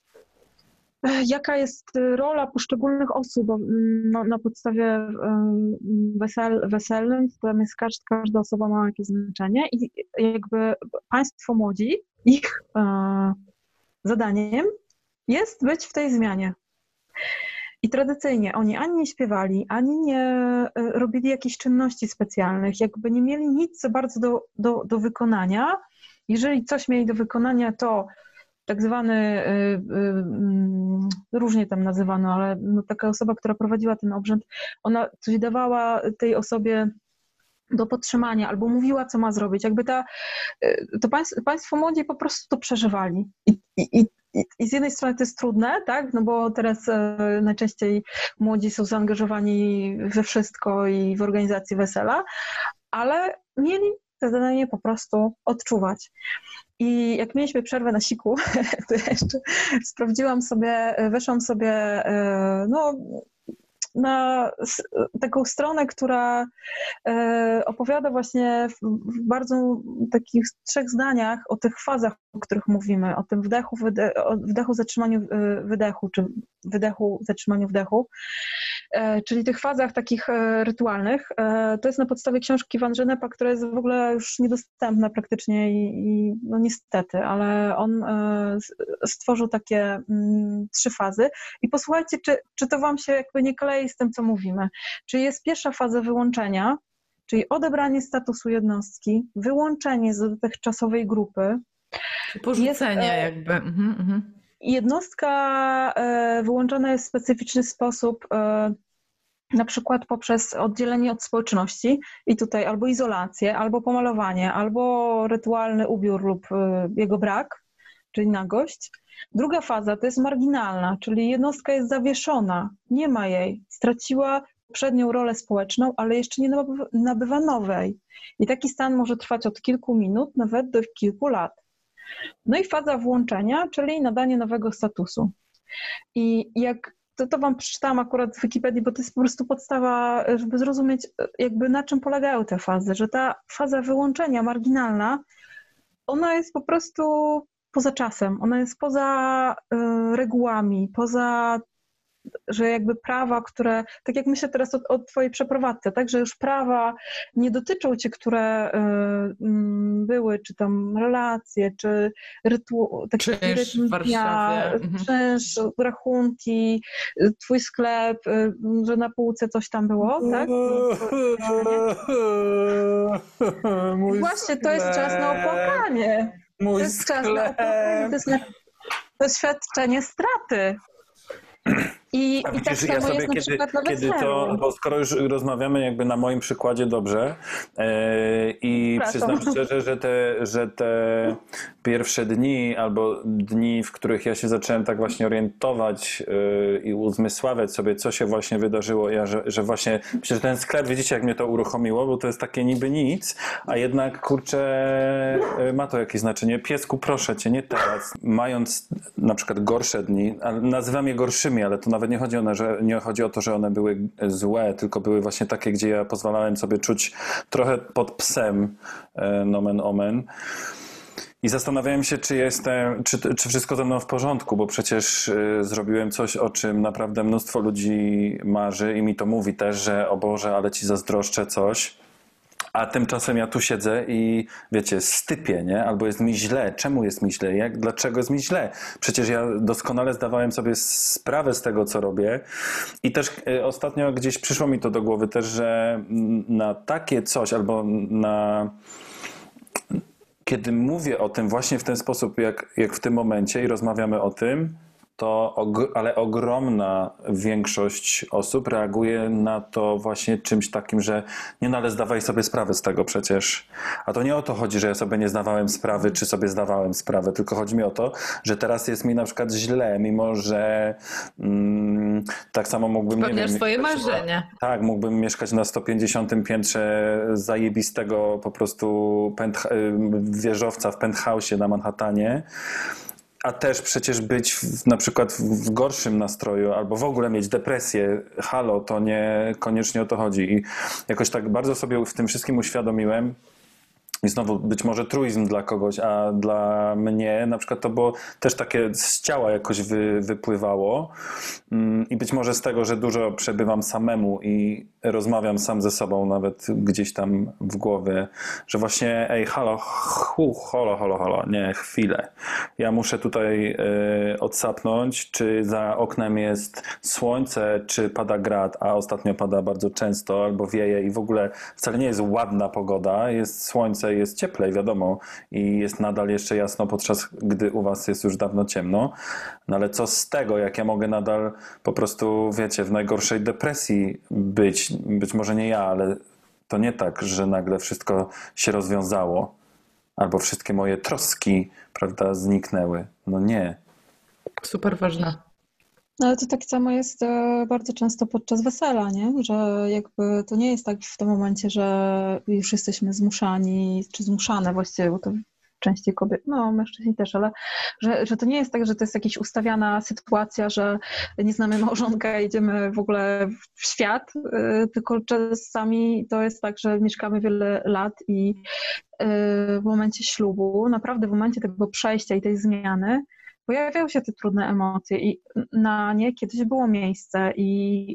jaka jest rola poszczególnych osób na, na podstawie wesel, weselnym, tam jest każda, każda osoba ma jakieś znaczenie i jakby państwo młodzi, ich e, zadaniem jest być w tej zmianie. I tradycyjnie oni ani nie śpiewali, ani nie robili jakichś czynności specjalnych, jakby nie mieli nic za bardzo do, do, do wykonania. Jeżeli coś mieli do wykonania, to tak zwany, y, y, różnie tam nazywano, ale no taka osoba, która prowadziła ten obrzęd, ona coś dawała tej osobie do podtrzymania albo mówiła, co ma zrobić. Jakby ta, to państwo, państwo młodzi po prostu to przeżywali. I, i, i z jednej strony to jest trudne, tak? No bo teraz e, najczęściej młodzi są zaangażowani we wszystko i w organizację wesela, ale mieli to zadanie po prostu odczuwać. I jak mieliśmy przerwę na siku, to ja jeszcze sprawdziłam sobie, weszłam sobie no, na taką stronę, która opowiada właśnie w bardzo takich trzech zdaniach o tych fazach, o których mówimy, o tym wdechu, wyde- o wdechu, zatrzymaniu wydechu, czy wydechu, zatrzymaniu wdechu. czyli tych fazach takich rytualnych. To jest na podstawie książki Van Genepa, która jest w ogóle już niedostępna praktycznie i, i no niestety, ale on stworzył takie mm, trzy fazy i posłuchajcie, czy, czy to wam się jakby nie klei z tym, co mówimy. Czyli jest pierwsza faza wyłączenia, czyli odebranie statusu jednostki, wyłączenie z dotychczasowej grupy. Porzucenie jest, jakby. Mhm, mhm. Jednostka wyłączona jest w specyficzny sposób, na przykład poprzez oddzielenie od społeczności i tutaj albo izolację, albo pomalowanie, albo rytualny ubiór lub jego brak, czyli nagość. Druga faza to jest marginalna, czyli jednostka jest zawieszona, nie ma jej, straciła poprzednią rolę społeczną, ale jeszcze nie nabywa nowej. I taki stan może trwać od kilku minut, nawet do kilku lat. No i faza włączenia, czyli nadanie nowego statusu. I jak to, to wam przeczytałam akurat w Wikipedii, bo to jest po prostu podstawa, żeby zrozumieć jakby na czym polegają te fazy, że ta faza wyłączenia marginalna, ona jest po prostu poza czasem, ona jest poza y, regułami, poza, że jakby prawa, które, tak jak myślę teraz o, o twojej przeprowadzce, tak, że już prawa nie dotyczą cię, które y, y, były, czy tam relacje, czy rytu, taki czynsz rytm w Warszawie. dnia, czynsz, rachunki, twój sklep, y, że na półce coś tam było, tak? Mój Właśnie, sklep. to jest czas na opłakanie. Mój to jest sklep. czas na opłakanie, to jest na doświadczenie straty. I, A i widzisz, tak ja samo sobie jest na kiedy, przykład na kiedy to, weselu. bo skoro już rozmawiamy jakby na moim przykładzie dobrze yy, i Przepraszam. przyznam szczerze, że te, że te pierwsze dni albo dni, w których ja się zacząłem tak właśnie orientować yy, i uzmysławiać sobie, co się właśnie wydarzyło, ja, że, że właśnie, myślę, że ten sklep, widzicie jak mnie to uruchomiło, bo to jest takie niby nic, a jednak kurczę yy, ma to jakieś znaczenie. Piesku, proszę cię, nie teraz. Mając na przykład gorsze dni, nazywam je gorszymi, ale to nawet nie chodzi, one, że, nie chodzi o to, że one były złe, tylko były właśnie takie, gdzie ja pozwalałem sobie czuć trochę pod psem, nomen omen. I zastanawiałem się, czy jestem, czy, czy wszystko ze mną w porządku, bo przecież zrobiłem coś, o czym naprawdę mnóstwo ludzi marzy i mi to mówi też, że o Boże, ale ci zazdroszczę coś. A tymczasem ja tu siedzę i wiecie, stypię, nie? Albo jest mi źle. Czemu jest mi źle? Jak, dlaczego jest mi źle? Przecież ja doskonale zdawałem sobie sprawę z tego, co robię. I też y, ostatnio gdzieś przyszło mi to do głowy też, że na takie coś albo na... Kiedy mówię o tym właśnie w ten sposób, jak, jak w tym momencie i rozmawiamy o tym, to og- ale ogromna większość osób reaguje na to właśnie czymś takim, że nie, no ale zdawaj sobie sprawę z tego przecież. A to nie o to chodzi, że ja sobie nie zdawałem sprawy, czy sobie zdawałem sprawę, tylko chodzi mi o to, że teraz jest mi na przykład źle, mimo że mm, tak samo mógłbym... Spełniasz nie wiem, swoje mieszkać, marzenie. Tak, mógłbym mieszkać na sto pięćdziesiątym piętrze zajebistego po prostu pętha- wieżowca w penthouse'ie na Manhattanie, a też przecież być w, na przykład w gorszym nastroju albo w ogóle mieć depresję. Halo, to nie koniecznie o to chodzi. I jakoś tak bardzo sobie w tym wszystkim uświadomiłem. I znowu być może truizm dla kogoś, a dla mnie na przykład to było też takie z ciała jakoś wy, wypływało. I być może z tego, że dużo przebywam samemu i rozmawiam sam ze sobą nawet gdzieś tam w głowie, że właśnie ej, halo, hu, holo, holo, holo, nie, chwilę. Ja muszę tutaj y, odsapnąć, czy za oknem jest słońce, czy pada grad, a ostatnio pada bardzo często, albo wieje i w ogóle wcale nie jest ładna pogoda, jest słońce, jest cieplej, wiadomo, i jest nadal jeszcze jasno, podczas gdy u was jest już dawno ciemno. No ale co z tego, jak ja mogę nadal po prostu, wiecie, w najgorszej depresji być, być może nie ja, ale to nie tak, że nagle wszystko się rozwiązało, albo wszystkie moje troski, prawda, zniknęły. No nie. Super ważne. No ale to tak samo jest e, bardzo często podczas wesela, nie? Że jakby to nie jest tak w tym momencie, że już jesteśmy zmuszani, czy zmuszane właściwie, bo to częściej kobiety, no mężczyźni też, ale że, że to nie jest tak, że to jest jakaś ustawiana sytuacja, że nie znamy małżonka i idziemy w ogóle w świat, e, tylko czasami to jest tak, że mieszkamy wiele lat i e, w momencie ślubu, naprawdę w momencie tego przejścia i tej zmiany pojawiają się te trudne emocje i na nie kiedyś było miejsce i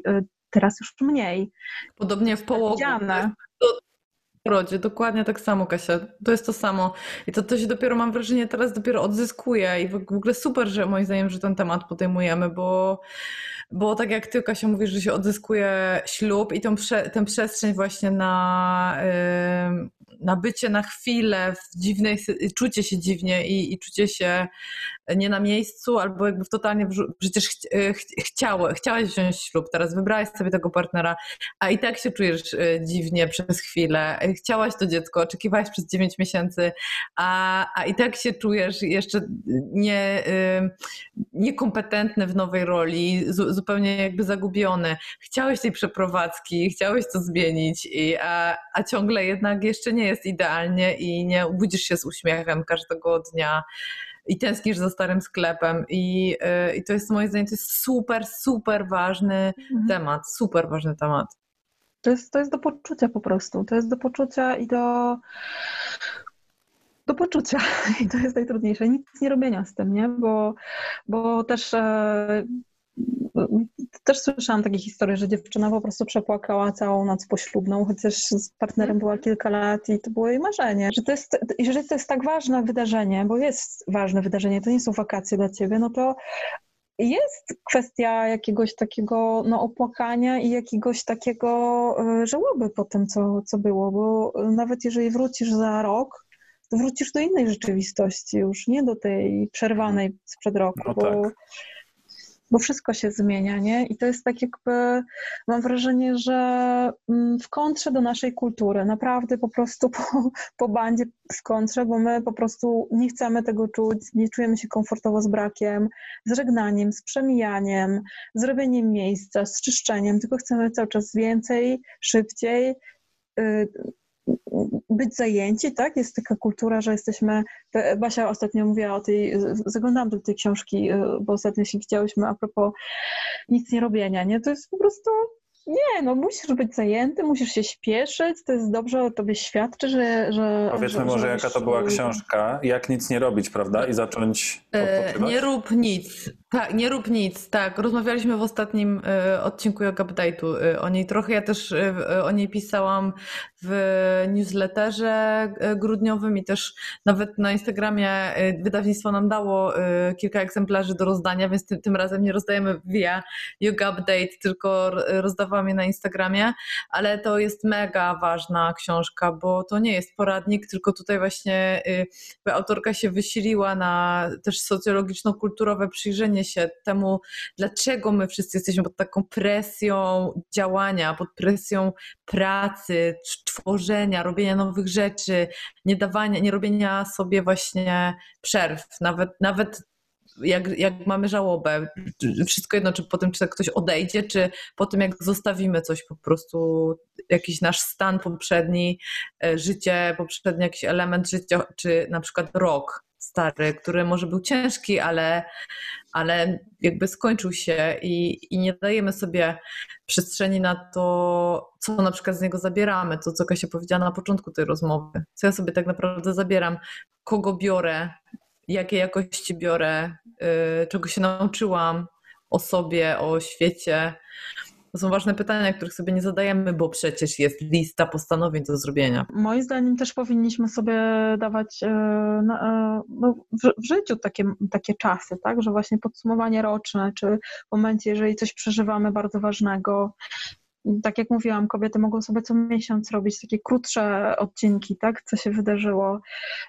teraz już mniej. Podobnie w połogu. W rodzie, dokładnie tak samo, Kasia. To jest to samo. I to, to się dopiero, mam wrażenie, teraz dopiero odzyskuje i w ogóle super, że moim zdaniem, że ten temat podejmujemy, bo, bo tak jak ty, Kasia, mówisz, że się odzyskuje ślub i tą prze, tę przestrzeń właśnie na, yy, na bycie na chwilę w dziwnej, czucie się dziwnie i, i czucie się nie na miejscu, albo jakby w totalnie, w, przecież ch, ch, chciało, chciałaś wziąć ślub, teraz wybrałaś sobie tego partnera, a i tak się czujesz dziwnie przez chwilę. Chciałaś to dziecko, oczekiwałaś przez dziewięć miesięcy, a, a i tak się czujesz jeszcze nie, niekompetentny w nowej roli, zu, zupełnie jakby zagubiony. Chciałeś tej przeprowadzki, chciałeś to zmienić, i, a, a ciągle jednak jeszcze nie jest idealnie i nie budzisz się z uśmiechem każdego dnia i tęsknisz za starym sklepem i, i to jest moim zdaniem to jest super, super ważny mhm. temat, super ważny temat. To jest, to jest do poczucia po prostu, to jest do poczucia i do, do poczucia i to jest najtrudniejsze, nic nie robienia z tym, nie, bo, bo też e, też słyszałam takie historie, że dziewczyna po prostu przepłakała całą noc poślubną, chociaż z partnerem była kilka lat i to było jej marzenie. Że to jest, jeżeli to jest tak ważne wydarzenie, bo jest ważne wydarzenie, to nie są wakacje dla ciebie, no to jest kwestia jakiegoś takiego no, opłakania i jakiegoś takiego żałoby po tym, co, co było, bo nawet jeżeli wrócisz za rok, to wrócisz do innej rzeczywistości już, nie do tej przerwanej sprzed roku, no bo tak. Bo wszystko się zmienia, nie? I to jest tak jakby, mam wrażenie, że w kontrze do naszej kultury, naprawdę po prostu po, po bandzie w kontrze, bo my po prostu nie chcemy tego czuć, nie czujemy się komfortowo z brakiem, z żegnaniem, z przemijaniem, z robieniem miejsca, z czyszczeniem, tylko chcemy cały czas więcej, szybciej, yy, być zajęci, tak? Jest taka kultura, że jesteśmy... Basia ostatnio mówiła o tej... Zaglądałam do tej książki, bo ostatnio się widziałyśmy a propos nic nie robienia, nie? To jest po prostu... Nie, no musisz być zajęty, musisz się śpieszyć, to jest dobrze o tobie świadczy, że... że Powiedzmy że, może, że jaka to była książka, jak nic nie robić, prawda? I zacząć odpoczywać? Nie rób nic. Tak, nie rób nic, tak. Rozmawialiśmy w ostatnim y, odcinku Yoga Update'u y, o niej trochę. Ja też y, o niej pisałam w newsletterze grudniowym i też nawet na Instagramie y, wydawnictwo nam dało y, kilka egzemplarzy do rozdania, więc ty, tym razem nie rozdajemy via Yoga Update, tylko rozdawałam je na Instagramie, ale to jest mega ważna książka, bo to nie jest poradnik, tylko tutaj właśnie y, autorka się wysiliła na też socjologiczno-kulturowe przyjrzenie się temu, dlaczego my wszyscy jesteśmy pod taką presją działania, pod presją pracy, tworzenia, robienia nowych rzeczy, nie dawania, nie robienia sobie właśnie przerw, nawet, nawet jak, jak mamy żałobę. Wszystko jedno, czy po tym, czy ktoś odejdzie, czy po tym, jak zostawimy coś, po prostu jakiś nasz stan poprzedni, życie, poprzedni jakiś element życia, czy na przykład rok stary, który może był ciężki, ale, ale jakby skończył się i, i nie dajemy sobie przestrzeni na to, co na przykład z niego zabieramy, to co Kasia powiedziała na początku tej rozmowy, co ja sobie tak naprawdę zabieram, kogo biorę, jakie jakości biorę, yy, czego się nauczyłam o sobie, o świecie. To są ważne pytania, których sobie nie zadajemy, bo przecież jest lista postanowień do zrobienia. Moim zdaniem też powinniśmy sobie dawać no, w życiu takie, takie czasy, tak? Że właśnie podsumowanie roczne, czy w momencie, jeżeli coś przeżywamy bardzo ważnego, tak jak mówiłam, kobiety mogą sobie co miesiąc robić takie krótsze odcinki, tak? Co się wydarzyło.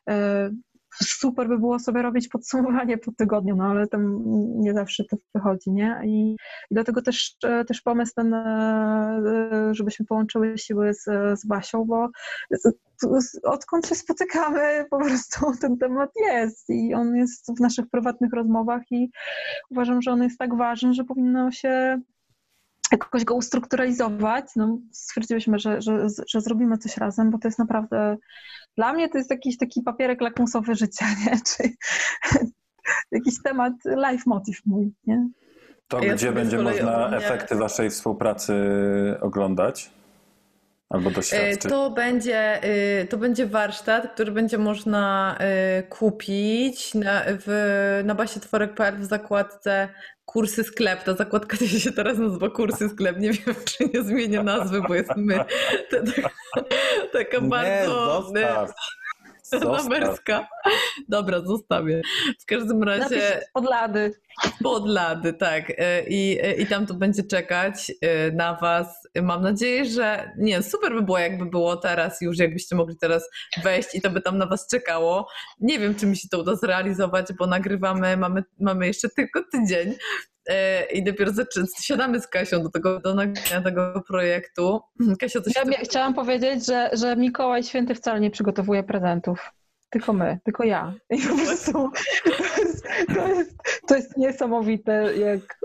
Super by było sobie robić podsumowanie po tygodniu, no ale tam nie zawsze to wychodzi, nie? I, i dlatego też, też pomysł ten, żebyśmy połączyły siły z, z Basią, bo z, z, odkąd się spotykamy, po prostu ten temat jest i on jest w naszych prywatnych rozmowach i uważam, że on jest tak ważny, że powinno się jakoś go ustrukturalizować. No, stwierdziłyśmy, że, że, że zrobimy coś razem, bo to jest naprawdę, dla mnie to jest jakiś taki papierek lakmusowy życia, nie? Czy jakiś temat, life motive mój, nie? To ja gdzie będzie można efekty waszej współpracy oglądać? albo doświadczyć? To będzie, to będzie warsztat, który będzie można kupić na, w, na basie tworek kropka p l w zakładce Kursy Sklep. Ta zakładka się teraz nazywa Kursy Sklep. Nie wiem, czy nie zmienię nazwy, bo jest my, ta, ta, taka nie, bardzo zostaw. namerska. Dobra, zostawię. W każdym razie... Napisz od lady. Pod lady, tak. I, I tam to będzie czekać na was. Mam nadzieję, że... Nie, super by było, jakby było teraz już, jakbyście mogli teraz wejść i to by tam na was czekało. Nie wiem, czy mi się to uda zrealizować, bo nagrywamy, mamy, mamy jeszcze tylko tydzień. I dopiero zaczy- siadamy z Kasią do tego, do nagrania tego projektu. Kasia, coś ja mia- chciałam powiedzieć, że, że Mikołaj Święty wcale nie przygotowuje prezentów. Tylko my, tylko ja. I po prostu to jest, to jest, to jest niesamowite, jak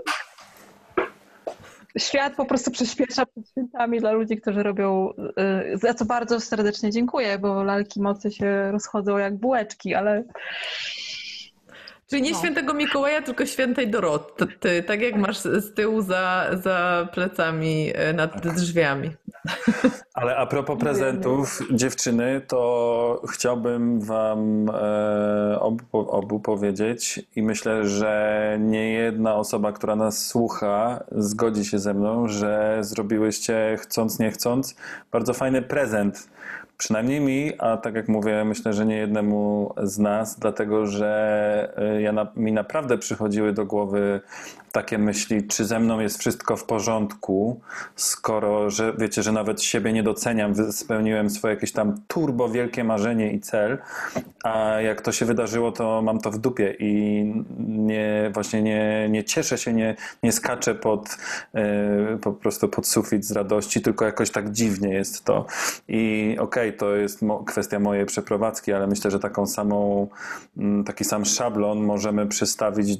świat po prostu przyspiesza przed świętami dla ludzi, którzy robią, za co bardzo serdecznie dziękuję, bo lalki mocy się rozchodzą jak bułeczki, ale... Czyli nie no. Świętego Mikołaja, tylko Świętej Doroty, tak jak masz z tyłu za, za plecami nad drzwiami. Ale a propos prezentów, dziewczyny, to chciałbym wam e, obu, obu powiedzieć i myślę, że nie jedna osoba, która nas słucha, zgodzi się ze mną, że zrobiłyście, chcąc nie chcąc, bardzo fajny prezent. Przynajmniej mi, a tak jak mówię, myślę, że nie jednemu z nas, dlatego że ja na, mi naprawdę przychodziły do głowy takie myśli, czy ze mną jest wszystko w porządku, skoro, że wiecie, że nawet siebie nie doceniam, spełniłem swoje jakieś tam turbo wielkie marzenie i cel, a jak to się wydarzyło, to mam to w dupie i nie, właśnie nie, nie cieszę się, nie, nie skaczę pod, yy, po prostu pod sufit z radości, tylko jakoś tak dziwnie jest to. I okej, okay, to jest mo- kwestia mojej przeprowadzki, ale myślę, że taką samą, taki sam szablon możemy przystawić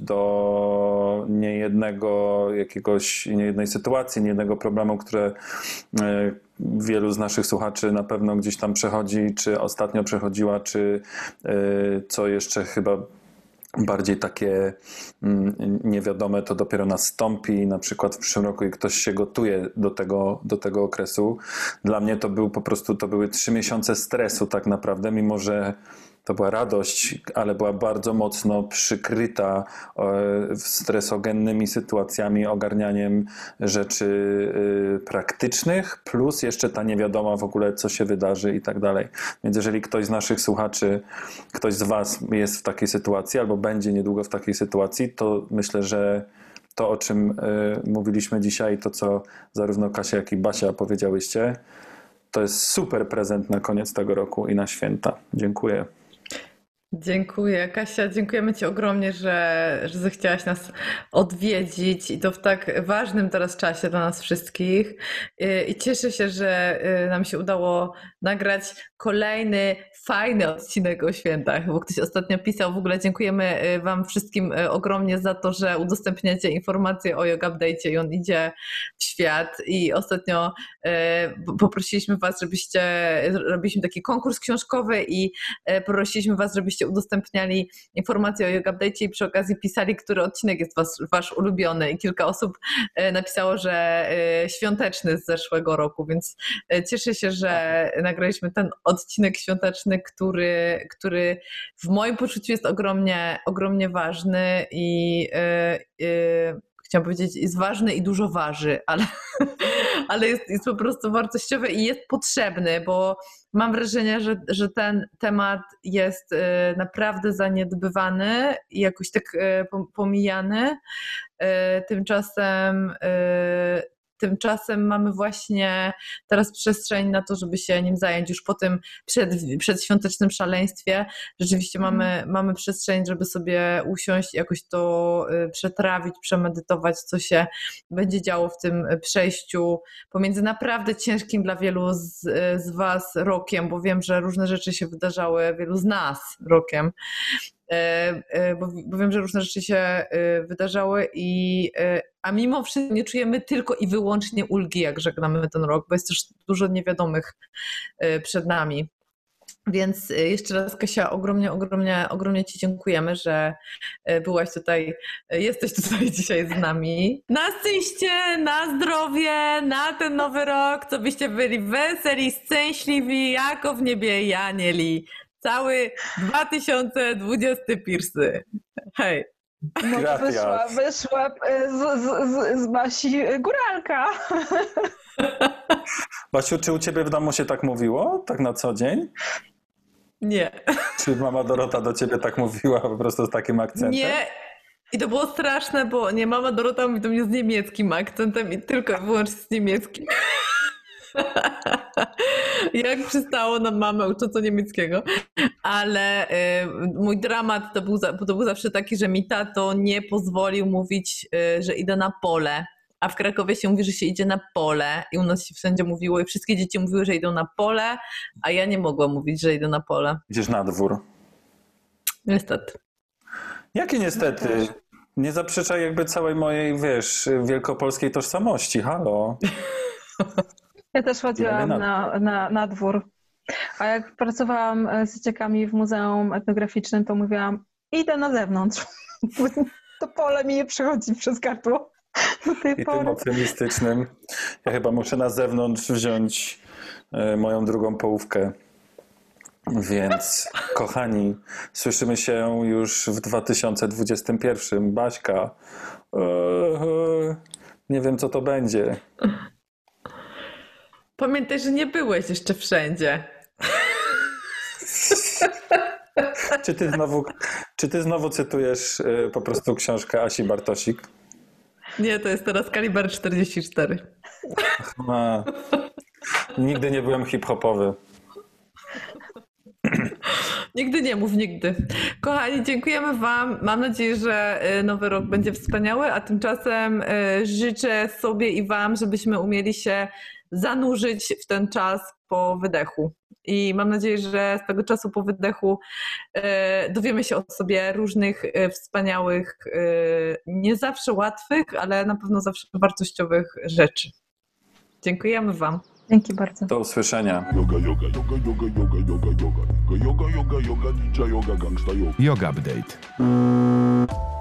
do niejednego jakiegoś, niejednej sytuacji, niejednego problemu, które yy, wielu z naszych słuchaczy na pewno gdzieś tam przechodzi, czy ostatnio przechodziła, czy yy, co jeszcze chyba bardziej takie niewiadome to dopiero nastąpi, na przykład w przyszłym roku i ktoś się gotuje do tego, do tego okresu. Dla mnie to był po prostu, to były trzy miesiące stresu tak naprawdę, mimo że to była radość, ale była bardzo mocno przykryta stresogennymi sytuacjami, ogarnianiem rzeczy praktycznych, plus jeszcze ta niewiadoma w ogóle, co się wydarzy i tak dalej. Więc jeżeli ktoś z naszych słuchaczy, ktoś z was jest w takiej sytuacji albo będzie niedługo w takiej sytuacji, to myślę, że to, o czym mówiliśmy dzisiaj, to co zarówno Kasia, jak i Basia powiedziałyście, to jest super prezent na koniec tego roku i na święta. Dziękuję. Dziękuję. Kasia, dziękujemy ci ogromnie, że, że zechciałaś nas odwiedzić i to w tak ważnym teraz czasie dla nas wszystkich. I cieszę się, że nam się udało nagrać kolejny fajny odcinek o świętach, bo ktoś ostatnio pisał, w ogóle dziękujemy wam wszystkim ogromnie za to, że udostępniacie informacje o Yoga Update'cie i on idzie w świat i ostatnio poprosiliśmy was, żebyście, robiliśmy taki konkurs książkowy i prosiliśmy was, żebyście udostępniali informacje o Yoga Update'cie i przy okazji pisali, który odcinek jest was, wasz ulubiony i kilka osób napisało, że świąteczny z zeszłego roku, więc cieszę się, że nagraliśmy ten odcinek świąteczny, który, który w moim poczuciu jest ogromnie, ogromnie ważny i yy, yy, chciałam powiedzieć, jest ważny i dużo waży, ale, ale jest, jest po prostu wartościowy i jest potrzebny, bo mam wrażenie, że, że ten temat jest naprawdę zaniedbywany i jakoś tak pomijany. Tymczasem Tymczasem mamy właśnie teraz przestrzeń na to, żeby się nim zająć już po tym przed, przedświątecznym szaleństwie. Rzeczywiście mamy, mm. mamy przestrzeń, żeby sobie usiąść i jakoś to przetrawić, przemedytować, co się będzie działo w tym przejściu pomiędzy naprawdę ciężkim dla wielu z, z was rokiem, bo wiem, że różne rzeczy się wydarzały, wielu z nas rokiem. Bo, bo wiem, że różne rzeczy się wydarzały i a mimo wszystko nie czujemy tylko i wyłącznie ulgi, jak żegnamy ten rok, bo jest też dużo niewiadomych przed nami. Więc jeszcze raz, Kasia, ogromnie, ogromnie, ogromnie Ci dziękujemy, że byłaś tutaj, jesteś tutaj dzisiaj z nami. Na szczęście, na zdrowie, na ten nowy rok, co byście byli weseli, szczęśliwi, jako w niebie i anieli. Cały dwa tysiące dwudziesty pierwszy. Hej. No to wyszła, wyszła z, z, z, z Basi góralka. Basiu, czy u ciebie w domu się tak mówiło? Tak na co dzień? Nie. Czy mama Dorota do ciebie tak mówiła po prostu z takim akcentem? Nie. I to było straszne, bo nie, mama Dorota mówi do mnie z niemieckim akcentem i tylko i wyłącznie z niemieckim. Jak przystało na mamę uczącą niemieckiego. Ale y, mój dramat to był, za, to był zawsze taki, że mi tato nie pozwolił mówić, y, że idę na pole. A w Krakowie się mówi, że się idzie na pole i u nas się wszędzie mówiło i wszystkie dzieci mówiły, że idą na pole, a ja nie mogłam mówić, że idę na pole. Idziesz na dwór. Niestety. Jakie niestety? Nie zaprzeczaj jakby całej mojej, wiesz, wielkopolskiej tożsamości. Halo. Ja też chodziłam na, na, na dwór. A jak pracowałam z dzieciakami w Muzeum Etnograficznym, to mówiłam, idę na zewnątrz. To pole mi nie przychodzi przez gardło. Do tej I pory. tym optymistycznym. Ja chyba muszę na zewnątrz wziąć y, moją drugą połówkę. Więc, kochani, słyszymy się już w dwa tysiące dwudziestym pierwszym. Baśka, yy, yy, nie wiem, co to będzie. Pamiętaj, że nie byłeś jeszcze wszędzie. Czy ty znowu, czy ty znowu cytujesz yy, po prostu książkę Asi Bartosik? Nie, to jest teraz kaliber czterdzieści cztery. A, nigdy nie byłem hip-hopowy. Nigdy nie mów, nigdy. Kochani, dziękujemy Wam. Mam nadzieję, że nowy rok będzie wspaniały, a tymczasem życzę sobie i Wam, żebyśmy umieli się zanurzyć w ten czas po wydechu. I mam nadzieję, że z tego czasu po wydechu dowiemy się o sobie różnych wspaniałych, nie zawsze łatwych, ale na pewno zawsze wartościowych rzeczy. Dziękujemy Wam. Dzięki bardzo. Do usłyszenia. Yoga, yoga, yoga, yoga, yoga, yoga, yoga, yoga, yoga, yoga, yoga, ninja yoga, gangsta yoga. Yoga Update.